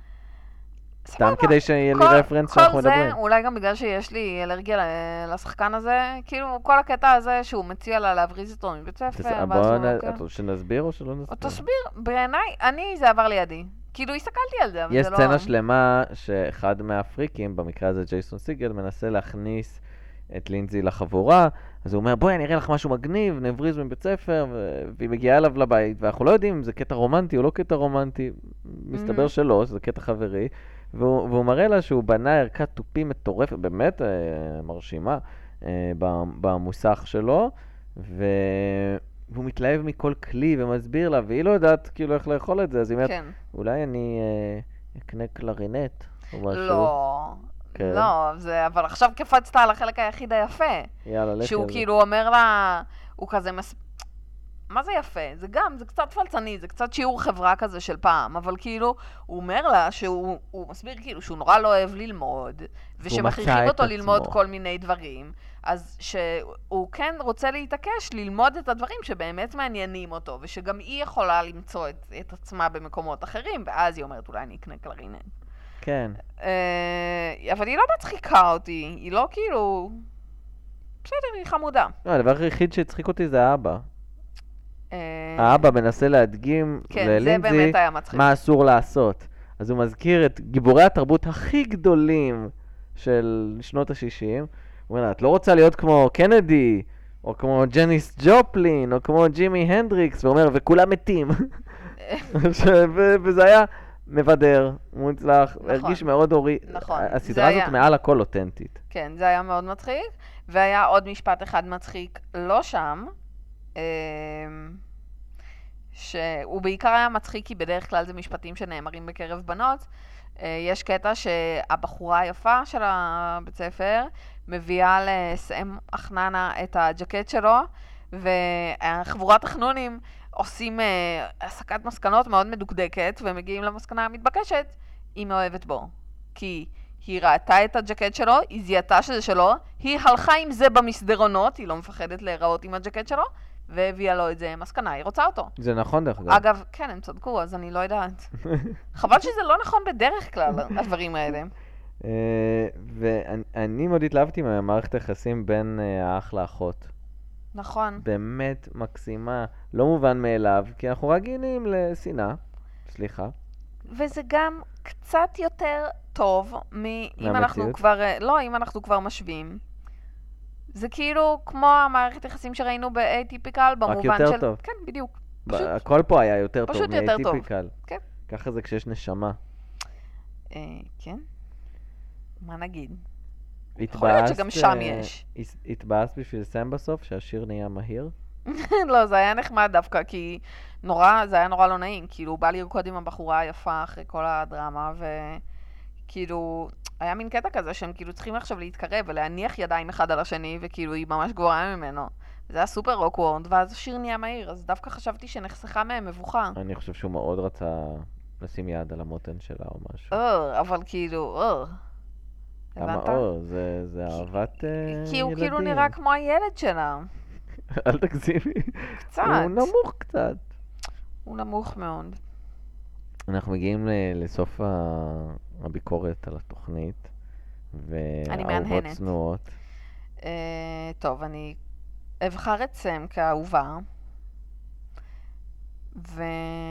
סתם סבבה. כדי שיהיה לי כל- רפרנס שאנחנו כל זה, מדברים. אולי גם בגלל שיש לי אלרגיה ל- לשחקן הזה, כאילו כל הקטע הזה שהוא מציע לה להבריז אותו מבית ספר, תס- ואז בואו הוא... נ... כן. את רוצה שנסביר או שלא או נסביר? תסביר, בעיניי, אני, זה עבר לידי. כאילו, הסתכלתי על זה, אבל יש זה לא... סצנה שלמה שאחד מהפריקים, במקרה הזה ג'ייסון סיגל, מנסה להכניס את לינזי לחבורה, אז הוא אומר, בואי אני אראה לך משהו מגניב, נבריז מבית ספר, ו... והיא מגיעה אליו לבית, ואנחנו לא יודעים אם זה קטע רומנטי או לא קטע רומנטי, מסתבר מהמם. שלא, שזה קטע חברי, והוא, והוא מראה לה שהוא בנה ערכת תופים מטורפת, באמת אה, מרשימה, אה, במוסך שלו, ו... והוא מתלהב מכל כלי ומסביר לה, והיא לא יודעת כאילו איך לאכול את זה, אז היא אומרת, כן. אולי אני אה, אקנה קלרינט או משהו. לא, כן. לא, זה... אבל עכשיו קפצת על החלק היחיד היפה. יאללה, לכי שהוא על זה. כאילו אומר לה, הוא כזה מס... מה זה יפה? זה גם, זה קצת פלצני, זה קצת שיעור חברה כזה של פעם, אבל כאילו, הוא אומר לה שהוא הוא מסביר כאילו שהוא נורא לא אוהב ללמוד, ושמכריחים אותו ללמוד כל מיני דברים, אז שהוא כן רוצה להתעקש ללמוד את הדברים שבאמת מעניינים אותו, ושגם היא יכולה למצוא את, את עצמה במקומות אחרים, ואז היא אומרת, אולי אני אקנה קלרינט. כן. אה, אבל היא לא מצחיקה אותי, היא לא כאילו... בסדר, היא חמודה. לא, הדבר היחיד שהצחיק אותי זה האבא. האבא מנסה להדגים ללינזי מה אסור לעשות. אז הוא מזכיר את גיבורי התרבות הכי גדולים של שנות ה-שישים. הוא אומר לה, את לא רוצה להיות כמו קנדי, או כמו ג'ניס ג'ופלין, או כמו ג'ימי הנדריקס, ואומר, וכולם מתים. וזה היה מבדר, מוצלח, הרגיש מאוד הורי. נכון. הסדרה הזאת מעל הכל אותנטית. כן, זה היה מאוד מצחיק. והיה עוד משפט אחד מצחיק, לא שם, שהוא בעיקר היה מצחיק, כי בדרך כלל זה משפטים שנאמרים בקרב בנות. יש קטע שהבחורה היפה של הבית ספר מביאה לסם אחננה את הג'קט שלו, וחבורת החנונים עושים הסקת מסקנות מאוד מדוקדקת, ומגיעים למסקנה המתבקשת, היא מאוהבת בו. כי היא ראתה את הג'קט שלו, היא זיהתה שזה שלו, היא הלכה עם זה במסדרונות, היא לא מפחדת להיראות עם הג'קט שלו, והביאה לו את זה מסקנה, היא רוצה אותו. זה נכון דרך אגב. אגב, כן, הם צדקו, אז אני לא יודעת. חבל שזה לא נכון בדרך כלל, הדברים האלה. ואני מאוד התלהבתי מהמערכת היחסים בין האח לאחות. נכון. באמת מקסימה, לא מובן מאליו, כי אנחנו רגילים לשנאה, סליחה. וזה גם קצת יותר טוב מאם אנחנו כבר, לא, אם אנחנו כבר משווים. זה כאילו כמו המערכת יחסים שראינו ב-Atypical, במובן של... רק יותר טוב. כן, בדיוק. פשוט... הכל פה היה יותר טוב מ-Atypical. כן. ככה זה כשיש נשמה. אה, כן? מה נגיד? יכול להיות שגם שם יש. התבאסת בשביל סם בסוף, שהשיר נהיה מהיר? לא, זה היה נחמד דווקא, כי נורא, זה היה נורא לא נעים. כאילו, הוא בא לרקוד עם הבחורה היפה אחרי כל הדרמה, וכאילו, היה מין קטע כזה שהם כאילו צריכים עכשיו להתקרב ולהניח ידיים אחד על השני, וכאילו היא ממש גבוהה ממנו. זה היה סופר רוקוורד, ואז השיר נהיה מהיר, אז דווקא חשבתי שנחסכה מהם מבוכה. אני חושב שהוא מאוד רצה לשים יד על המותן שלה או משהו. אה, אבל כאילו, אה. למה אה? זה אהבת ילדים. כי הוא כאילו נראה כמו הילד שלה. אל תגזימי. קצת. הוא נמוך קצת. הוא נמוך מאוד. אנחנו מגיעים לסוף הביקורת על התוכנית. ואהובות צנועות. טוב, אני אבחר את סם כאהובה. ו...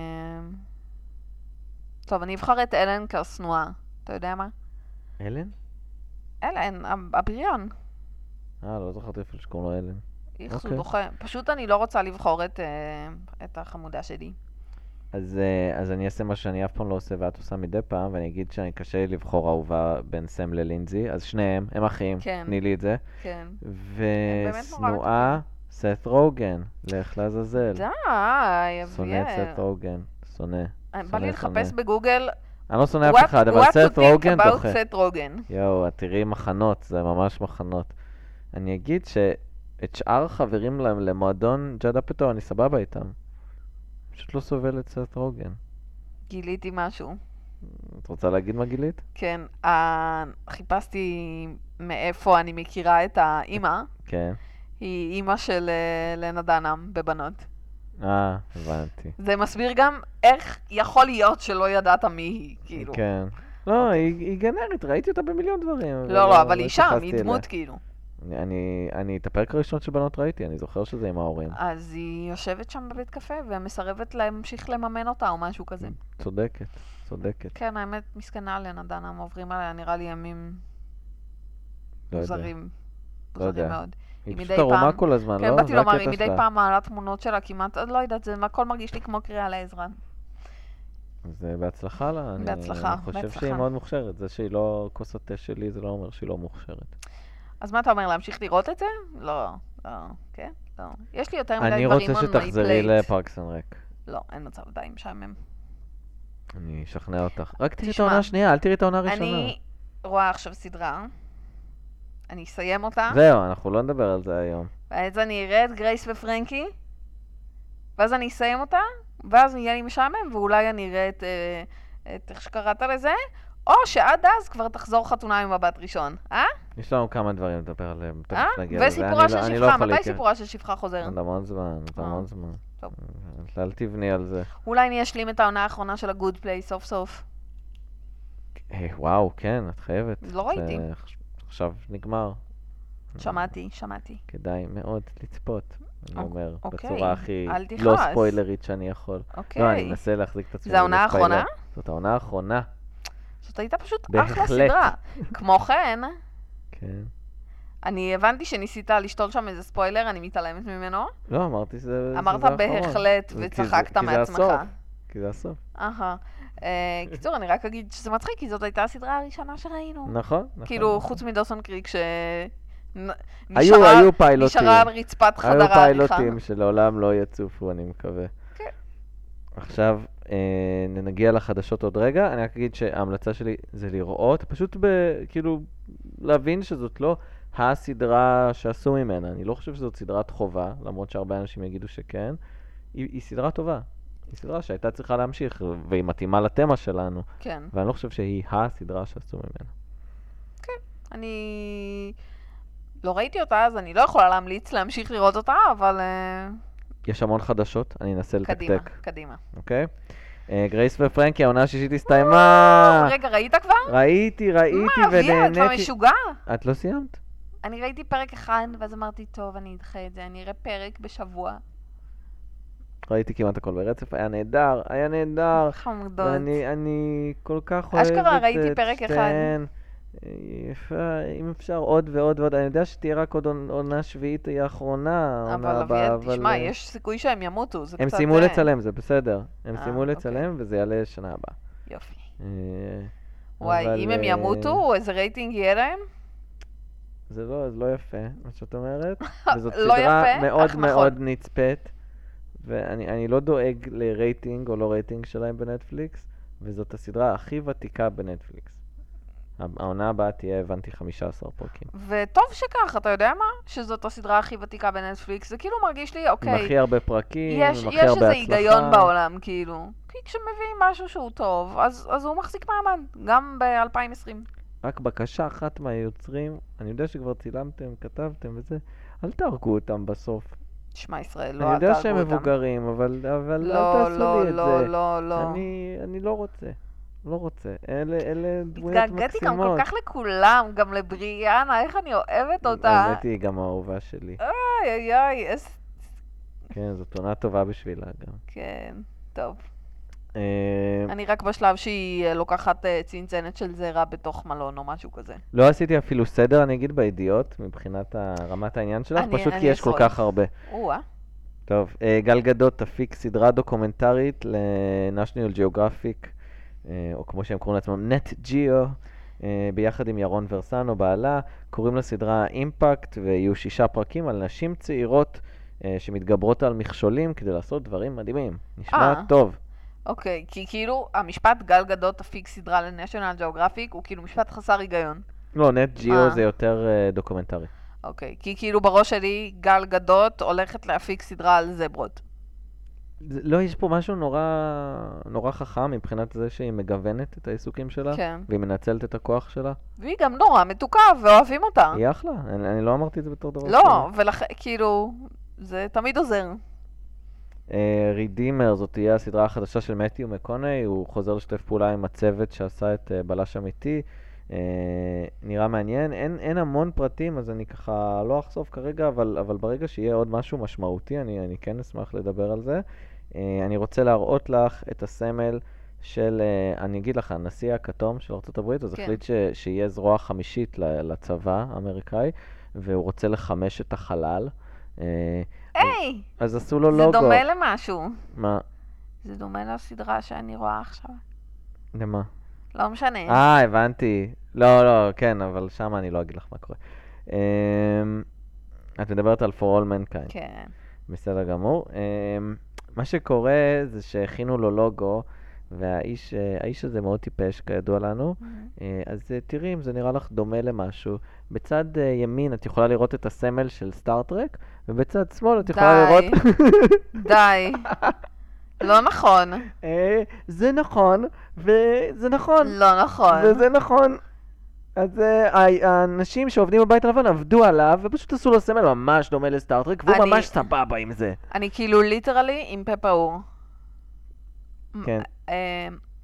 טוב, אני אבחר את אלן כשנואה. אתה יודע מה? אלן? אלן, הבריון. אה, לא זכרתי איפה שקוראים לו אלן. איך הוא דוחה. פשוט אני לא רוצה לבחור את, את החמודה שלי. אז, אז אני אעשה מה שאני אף פעם לא עושה ואת עושה מדי פעם, ואני אגיד שאני קשה לי לבחור אהובה בין סם ללינזי, אז שניהם, הם אחים, כן. תני לי את זה. כן. ושנואה, סת רוגן, לך לעזאזל. די, אביאל. שונא את סת רוגן, שונא. בא לי לחפש בגוגל. אני לא שונא אף אחד, אבל סת רוגן דוחה. What to think about סת רוגן. יואו, תראי מחנות, זה ממש מחנות. אני אגיד שאת שאר החברים להם למועדון ג'אד אפטו, אני סבבה איתם. פשוט לא סובל את סת רוגן. גיליתי משהו. את רוצה להגיד מה גילית? כן, חיפשתי מאיפה אני מכירה את האמא. כן. היא אימא של לנה דנהאם בבנות. אה, הבנתי. זה מסביר גם איך יכול להיות שלא ידעת מי היא, כאילו. כן. לא, היא גנרית, ראיתי אותה במיליון דברים. לא, לא, אבל היא שם, היא דמות כאילו. אני, אני את הפרק הראשון של בנות ראיתי, אני זוכר שזה עם ההורים. אז היא יושבת שם בבית קפה ומסרבת להמשיך לממן אותה או משהו כזה. צודקת, צודקת. כן, האמת, מסכנה לנה דנהאם, עוברים עליה, נראה לי ימים מוזרים. מוזרים מאוד. היא פשוט ערומה כל הזמן, לא? כן, באתי לומר, היא מדי פעם מעלה תמונות שלה כמעט, לא יודעת, זה הכל מרגיש לי כמו קריאה לעזרה. אז בהצלחה לה. בהצלחה, אני חושב שהיא מאוד מוכשרת. זה שהיא לא כוס התה שלי, זה לא אומר שהיא לא מוכשרת. אז מה אתה אומר, להמשיך לראות את זה? לא, לא, כן? לא. יש לי יותר מדי דברים on my plate. אני רוצה שתחזרי לפארקס אנד רק. לא, אין מצב, די, משעמם. אני אשכנע אותך. רק תראי את העונה השנייה, אל תראי את העונה הראשונה. אני רואה עכשיו סדרה. אני אסיים אותה. זהו, אנחנו לא נדבר על זה היום. ואז אני אראה את גרייס ופרנקי, ואז אני אסיים אותה, ואז יהיה לי משעמם, ואולי אני אראה את, את איך שקראת לזה, או שעד אז כבר תחזור חתונה עם מבט ראשון, אה? יש לנו כמה דברים לדבר עליהם, תכף אה? נגיע לזה. וסיפורה של אני לא- אני לא שפחה, יכול מתי להתייחס. סיפורה של שפחה חוזר? עוד המון זמן, עוד אה. המון זמן. טוב. אל תבני על זה. אולי אני אשלים את העונה האחרונה של ה-Good Place סוף סוף. אה, וואו, כן, את חייבת. לא ראיתי. זה עכשיו נגמר. שמעתי, שמעתי. כדאי מאוד לצפות, אני אוק- אומר, אוקיי, בצורה הכי אל תכעס. לא ספוילרית שאני יכול. אוקיי. לא, אני מנסה להחזיק את עצמי. זה העונה בלי ספיילר. האחרונה? זאת העונה האחרונה, זאת הייתה פשוט בהחלט. אחלה סדרה. כמו כן, כן. אני הבנתי שניסית לשתול שם איזה ספוילר, אני מתעלמת ממנו. לא, אמרתי שזה זה אמרת האחרון. בהחלט, זה כי וצחקת זה- כי זה מעצמך. הסוף. כי זה הסוף. אהה. אה, קיצור, אני רק אגיד שזה מצחיק, כי זאת הייתה הסדרה הראשונה שראינו. נכון, נכון. כאילו, חוץ מדוסון קריק, ש... נ- היו, נשארה- היו פיילוטים. נשארה על רצפת חדר היו העריכה. פיילוטים שלעולם לא יצופו, אני מקווה. כן. עכשיו, אה, נגיע לחדשות עוד רגע. אני רק אגיד שההמלצה שלי זה לראות, פשוט ב, כאילו, להבין שזאת לא הסדרה שעשו ממנה. אני לא חושב שזאת סדרת חובה, למרות שהרבה אנשים יגידו שכן. היא, היא סדרה טובה. היא סדרה שהייתה צריכה להמשיך, והיא מתאימה לתמה שלנו. כן. ואני לא חושב שהיא הסדרה שעשו ממנה. אני לא ראיתי אותה, אז אני לא יכולה להמליץ להמשיך לראות אותה, אבל אה, יש המון חדשות, אני אנסה קדימה, לתקתק, קדימה. אוקיי? אה, גרייס ופרנקי, העונה השישית הסתיימה. רגע, ראית כבר? ראיתי, ראיתי מה, אביה, את כבר ונהניתי. משוגע? את לא סיימת? אני ראיתי פרק אחד, ואז אמרתי, טוב, אני אדחה את זה, אני אראה פרק בשבוע. ראיתי כמעט הכל ברצף, היה נהדר, היה נהדר. חמודות. ואני אני כל כך אוהבת אשכרה, ראיתי את פרק אחד. שתיהן. אה, יפה, אם אפשר עוד ועוד ועוד, אני יודע שתהיה רק עוד עונ- עונה שביעית, היא האחרונה, העונה אבל הבאה, אביאל, תשמע, אה, יש סיכוי שהם ימותו, זה הם קצת... סיימו אה, לצלם, זה בסדר. הם אה, סיימו אוקיי. לצלם וזה יעלה שנה הבאה. יופי. אה, וואי, אבל, אם הם אה, ימותו, איזה רייטינג יהיה להם? זה לא, זה לא יפה, מה שאת אומרת. וזאת לא סדרה יפה, מאוד אך נכון. מאוד נצפית, ואני אני לא דואג לרייטינג או לא רייטינג שלהם בנטפליקס, וזאת הסדרה הכי ותיקה בנטפליקס. העונה הבאה תהיה, הבנתי, חמישה עשר פרקים. וטוב שכך, אתה יודע מה? שזאת הסדרה הכי ותיקה בנטפליקס, זה כאילו מרגיש לי, עם אוקיי, הכי הרבה פרקים, יש, עם הכי יש הרבה איזה הצלחה. היגיון בעולם, כאילו. כי כשמביאים משהו שהוא טוב, אז, אז הוא מחזיק מעמד, גם ב-אלפיים עשרים. רק בקשה אחת מהיוצרים, אני יודע שכבר צילמתם, כתבתם וזה, אל תהרגו אותם בסוף. שמע ישראל, לא אני אל יודע תהרגו שהם אותם. מבוגרים, אבל, אבל לא, אל תעשו לא, לי את לא, זה. לא, לא. אני, אני לא רוצה, לא רוצה. אלה, אלה דמויות התגעגעתי גם מקסימות. כל כך לכולם, גם לבריאנה, איך אני אוהבת אותה. האמת היא גם האהובה שלי. איי, איי, איי, איזה... כן, זאת עונה טובה בשבילה גם. כן, טוב. אה, אני רק בשלב שהיא אה, לוקחת אה, צנצנת של זרע בתוך מלון או משהו כזה. לא עשיתי אפילו סדר, אני אגיד, בידיעות, מבחינת רמת העניין שלך, אני- פשוט אני כי יש כל אשרוד. כך הרבה. או-אה. טוב, אה, גל גדות תפיק סדרה דוקומנטרית ל-National Geographic, אה, או כמו שהם קוראים לעצמם, Net Geo, אה, ביחד עם ירון ורסנו, בעלה. קוראים לסדרה אימפקט, ויהיו שישה פרקים על נשים צעירות אה, שמתגברות על מכשולים כדי לעשות דברים מדהימים. נשמע אה. טוב. אוקיי, כי כאילו המשפט גל גדות תפיק סדרה לנשיונל ג'אוגרפיק הוא כאילו משפט חסר היגיון. לא, Net Geo אה. זה יותר אה, דוקומנטרי. אוקיי, כי כאילו בראש שלי גל גדות הולכת להפיק סדרה על זברות. זה- לא, יש פה משהו נורא, נורא חכם מבחינת זה שהיא מגוונת את העיסוקים שלה, כן. והיא מנצלת את הכוח שלה. והיא גם נורא מתוקה ואוהבים אותה. היא אחלה, אני, אני לא אמרתי את זה בתור דבר לא, ולכן, כאילו, זה תמיד עוזר. רידימר, זאת תהיה הסדרה החדשה של מתיו מקוני, הוא חוזר לשתף פעולה עם הצוות שעשה את uh, בלש אמיתי. Uh, נראה מעניין, אין, אין המון פרטים, אז אני ככה לא אחשוף כרגע, אבל, אבל ברגע שיהיה עוד משהו משמעותי, אני, אני כן אשמח לדבר על זה. Uh, אני רוצה להראות לך את הסמל של, uh, אני אגיד לך, הנשיא הכתום של ארצות הברית, אז כן. החליט ש, שיהיה זרוע חמישית ל- לצבא האמריקאי, והוא רוצה לחמש את החלל. Uh, היי, אז עשו לו זה לוגו. דומה למשהו. מה? זה דומה לסדרה שאני רואה עכשיו. למה? לא משנה. אה, הבנתי. לא, לא, כן, אבל שם אני לא אגיד לך מה קורה. אמ, את מדברת על For All Mankind. כן. בסדר גמור. אמ, מה שקורה זה שהכינו לו לוגו, והאיש אה, האיש הזה מאוד טיפש, כידוע לנו. Mm-hmm. אה, אז אה, תראי אם זה נראה לך דומה למשהו. בצד אה, ימין את יכולה לראות את הסמל של סטארטרק, ובצד שמאל את יכולה די. לראות... די. לא נכון. אה, זה נכון, וזה נכון. לא נכון. וזה נכון. אז אה, ה- האנשים שעובדים בבית הלבן עבדו עליו, ופשוט עשו לו סמל ממש דומה לסטארטרק, והוא אני- ממש סבבה עם זה. אני כאילו ליטרלי עם פה פעור. כן. אה,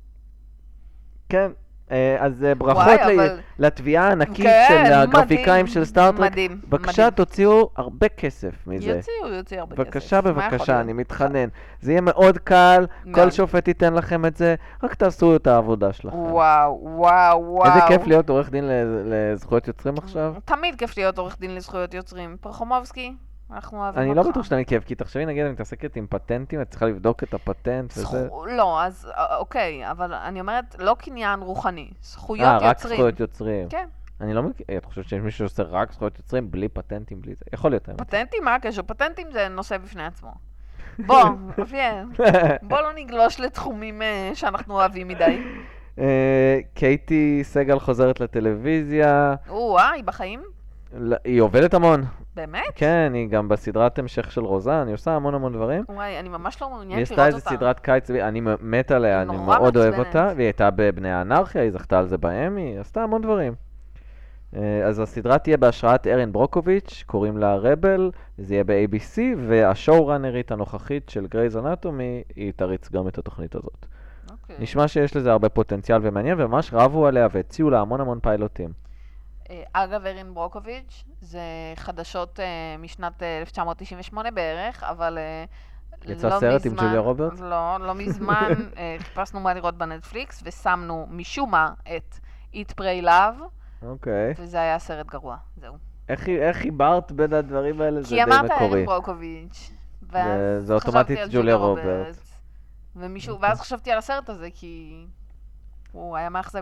כן. אה, אז אה, ברכות וואי, ל- אבל- לתביעה הענקית כן, של מדהים, הגרפיקאים של סטארטרק. מדהים, בבקשה, מדהים. תוציאו הרבה כסף מזה. יוציאו, יוציאו הרבה כסף. בבקשה, מה יכול בבקשה, להיות? אני מתחנן. זה יהיה מאוד קל, כל מאוד. שופט ייתן לכם את זה, רק תעשו את העבודה שלכם. וואו, וואו, וואו. איזה כיף להיות עורך דין לז- לזכויות יוצרים עכשיו. תמיד כיף להיות עורך דין לזכויות יוצרים. פרחומובסקי, אנחנו אוהבים אני אותך. לא בטוח שתמיד כיף, כי תחשבי, נגיד, אני מתעסקת עם פטנטים, את צריכה לבדוק את הפטנט וזה. זכו- לא, אז אה, אוקיי, אבל אני אומרת, לא קניין רוחני, זכויות אה, יוצרים. רק זכויות יוצרים. כן. אני לא מכיר, את חושבת שיש מישהו שעושה רק זכויות יוצרים בלי פטנטים, בלי זה? יכול להיות, האמת. פטנטים, מה הקשר? פטנטים זה נושא בפני עצמו. בוא, אביאל, בוא לא נגלוש לתחומים אה, שאנחנו אוהבים מדי. אה, קייטי סגל חוזרת לטלוויזיה, או-אה, היא בחיים? לא, היא עובדת המון. באמת? כן, היא גם בסדרת המשך של רוזה, אני עושה המון המון דברים. וואי, אני ממש לא היא מעוניינת עשתה לראות איזה אותה. סדרת קיץ, אני מת עליה, היא אני נורא מאוד אוהב מעצבנת. אותה, והיא הייתה בבני האנרכיה, היא זכתה על זה באמי, היא עשתה המון דברים. אה, אז הסדרה תהיה בהשראת ארין ברוקוביץ', קוראים לה רבל, זה יהיה ב-איי בי סי, והשואו-ראנרית הנוכחית של גרייז אנטומי, היא תריץ גם את התוכנית הזאת. אוקיי. נשמע שיש לזה הרבה פוטנציאל ומעניין, וממש רבו עליה והציעו לה המון המון פיילוטים. אה, אגב, ארין ברוקוביץ', זה חדשות אה, משנת אה, אלף תשע מאות תשעים ושמונה בערך, אבל אה, יצא לא סרט עם מזמן- ג'וליה רוברטס? לא, לא מזמן אה, חיפשנו מה לראות בנטפליקס, ושמנו משום מה את Eat Pray Love, אוקיי. וזה היה סרט גרוע, זהו. איך איך חיברת בין הדברים האלה? זה כי די אמרת מקורי. ארין ברוקוביץ', ואז זה אוטומטית חשבתי על ג'וליה רוברטס. ומישהו, ואז חשבתי על הסרט הזה, כי הוא היה מאכזב.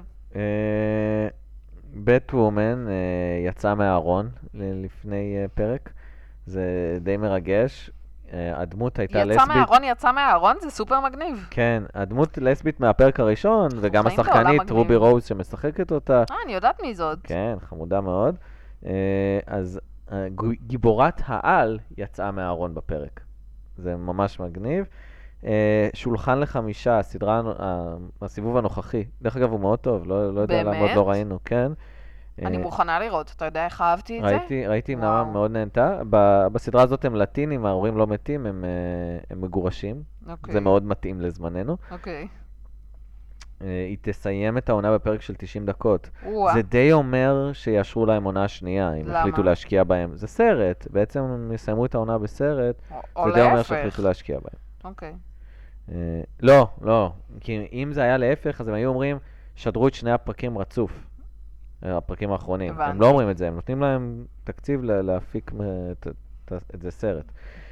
בט וומן יצא מהארון ל- לפני אה, פרק, זה די מרגש. אה, הדמות הייתה יצא לסבית. מהארון, יצא מהארון, זה סופר מגניב. כן, הדמות לסבית מהפרק הראשון, וגם חיים בעולם השחקנית מגניב. רובי רוז שמשחקת אותה. אה, אני יודעת מי זאת. כן, חמודה מאוד. אה, אז אה, גו- גיבורת העל יצאה מהארון בפרק. זה ממש מגניב. אה, שולחן לחמישה, הסדרה, הנ- ה- הסיבוב הנוכחי. דרך אגב, הוא מאוד טוב, לא, לא יודע למה עוד באמת? לא ראינו, כן. אני אה, מוכנה לראות, אתה יודע איך אהבתי את זה? ראיתי, ראיתי, נעמה וואו. מאוד נהנתה. ב- בסדרה הזאת הם לטינים, ההורים לא מתים, הם, אה, הם מגורשים. אוקיי. זה מאוד מתאים לזמננו. אוקיי. אה, היא תסיים את העונה בפרק של תשעים דקות. וואו. זה די אומר שיאשרו להם עונה שנייה, אם למה? החליטו להשקיע בהם. זה סרט, בעצם הם יסיימו את העונה בסרט, או זה די אומר להפך. שהחליטו להשקיע בהם. אוקיי. אה, לא, לא, כי אם זה היה להפך, אז הם היו אומרים, שדרו את שני הפרקים רצוף, אה, הפרקים האחרונים. הם הבנתי. לא אומרים את זה, הם נותנים להם תקציב ל- להפיק מ- את- את- את זה סרט.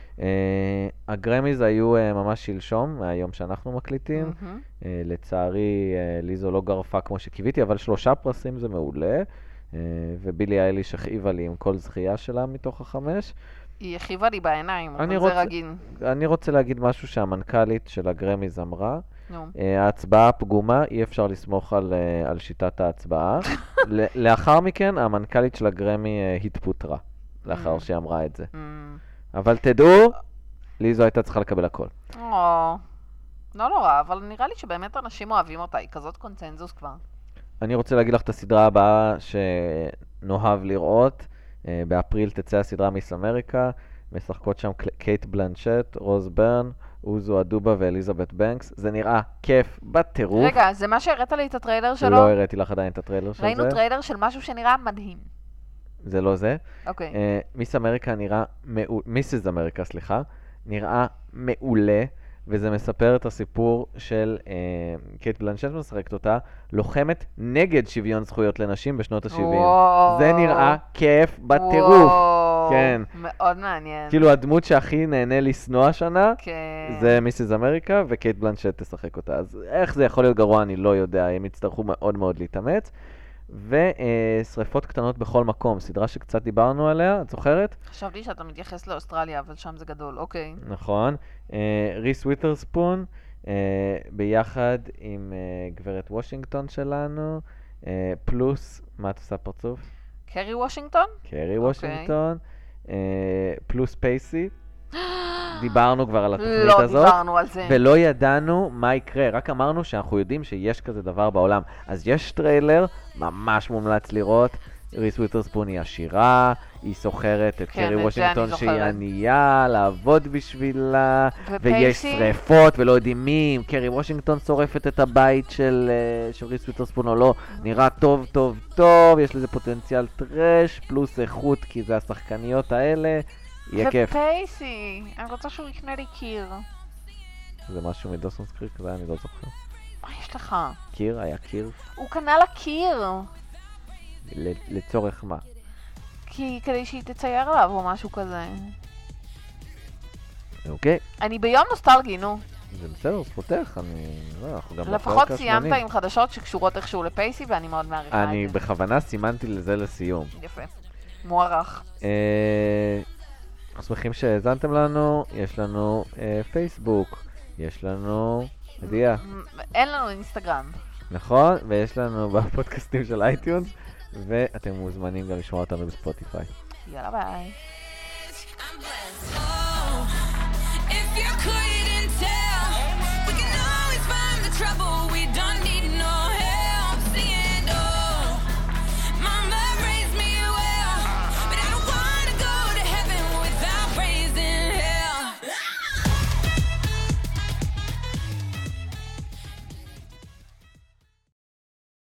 אה, הגרמיז היו אה, ממש שלשום, מהיום שאנחנו מקליטים. מהמם. אה, לצערי, אה, ליזו לא גרפה כמו שקיוויתי, אבל שלושה פרסים זה מעולה. אה, ובילי אייליש הכאיבה לי עם כל זכייה שלה מתוך החמש. היא הכיבה לי בעיניים, אני אבל רוצה- זה רגיל. אני רוצה להגיד משהו שהמנכ"לית של הגרמיז אמרה. נו. אה, ההצבעה פגומה, אי אפשר לסמוך על, אה, על שיטת ההצבעה. ל- לאחר מכן, המנכ"לית של הגרמי אה, התפוטרה, לאחר Mm. שהיא אמרה את זה. אמ, אבל תדעו, ליזו הייתה צריכה לקבל הכל. או, לא נורא, אבל נראה לי שבאמת אנשים אוהבים אותה, היא כזאת קונצנזוס כבר. אני רוצה להגיד לך את הסדרה הבאה שנאהב לראות. אה, באפריל תצא הסדרה מיס אמריקה, משחקות שם קל- קייט בלנשט, רוז ברן, אוזו אדובה ואליזבת בנקס. זה נראה כיף בטירוף. רגע, זה מה שהראית לי את הטריילר שלו? לא הראיתי לך עדיין את הטריילר של ראינו זה. טריילר של משהו שנראה מדהים. זה לא זה. אוקיי. אה, מיס אמריקה נראה, מעו- מיסיס אמריקה, סליחה, נראה מעולה, וזה מספר את הסיפור של אה, קייט בלנשט משחקת אותה, לוחמת נגד שוויון זכויות לנשים בשנות ה-שבעים. וואו. זה נראה כיף בטירוף. וואו, כן. מאוד מעניין. כאילו הדמות שהכי נהנה לשנוא השנה, כן. זה מיסיס אמריקה, וקייט בלנשט תשחק אותה. אז איך זה יכול להיות גרוע, אני לא יודע, הם יצטרכו מאוד מאוד להתאמץ. ושריפות קטנות בכל מקום, סדרה שקצת דיברנו עליה, את זוכרת? חשבתי שאתה מתייחס לאוסטרליה, אבל שם זה גדול, אוקיי. נכון. אה, ריס ווית'רספון, אה, ביחד עם אה, גברת וושינגטון שלנו, אה, פלוס, מה את עושה פרצוף? קרי וושינגטון? קרי וושינגטון, אה, פלוס פייסי. דיברנו כבר על התוכנית לא הזאת. לא דיברנו על זה. ולא ידענו מה יקרה, רק אמרנו שאנחנו יודעים שיש כזה דבר בעולם. אז יש טריילר, ממש מומלץ לראות. ריס ווית'רספון היא עשירה, היא סוחרת את כן, קרי את זה וושינגטון אני שהיא זוכרת. ענייה, לעבוד בשבילה, ופייסי? ויש שריפות ולא יודעים מי, אם קרי וושינגטון שורפת את הבית של, אה, של ריס ווית'רספון או לא, נראה טוב טוב טוב, יש לזה פוטנציאל טרש, פלוס איכות כי זה השחקניות האלה, יהיה כיף. ופייסי, אני רוצה שהוא יקנה לי קיר. זה משהו מדוסונס קריק, זה אני לא זוכר. מה יש לך? קיר, היה קיר, הוא קנה לה קיר. ל- לצורך מה? כי כדי שהיא תצייר עליו או משהו כזה. אוקיי, אני ביום נוסטלגי, נו. זה בסדר, זכותך, אני... לא, אנחנו גם לפחות בפרק סיימת השמונים. עם חדשות שקשורות איכשהו לפייסי ואני מאוד מעריכה אני את זה. בכוונה סימנתי לזה לסיום. יפה. מוערך. אה, אנחנו שמחים שהאזנתם לנו, יש לנו אה, פייסבוק, יש לנו ידיעה, אין לנו אינסטגרם. נכון? ויש לנו בפודקאסטים של אייטיונס, ואתם מוזמנים גם לשמוע אותנו בספוטיפיי. יאללה ביי. I'm blessed.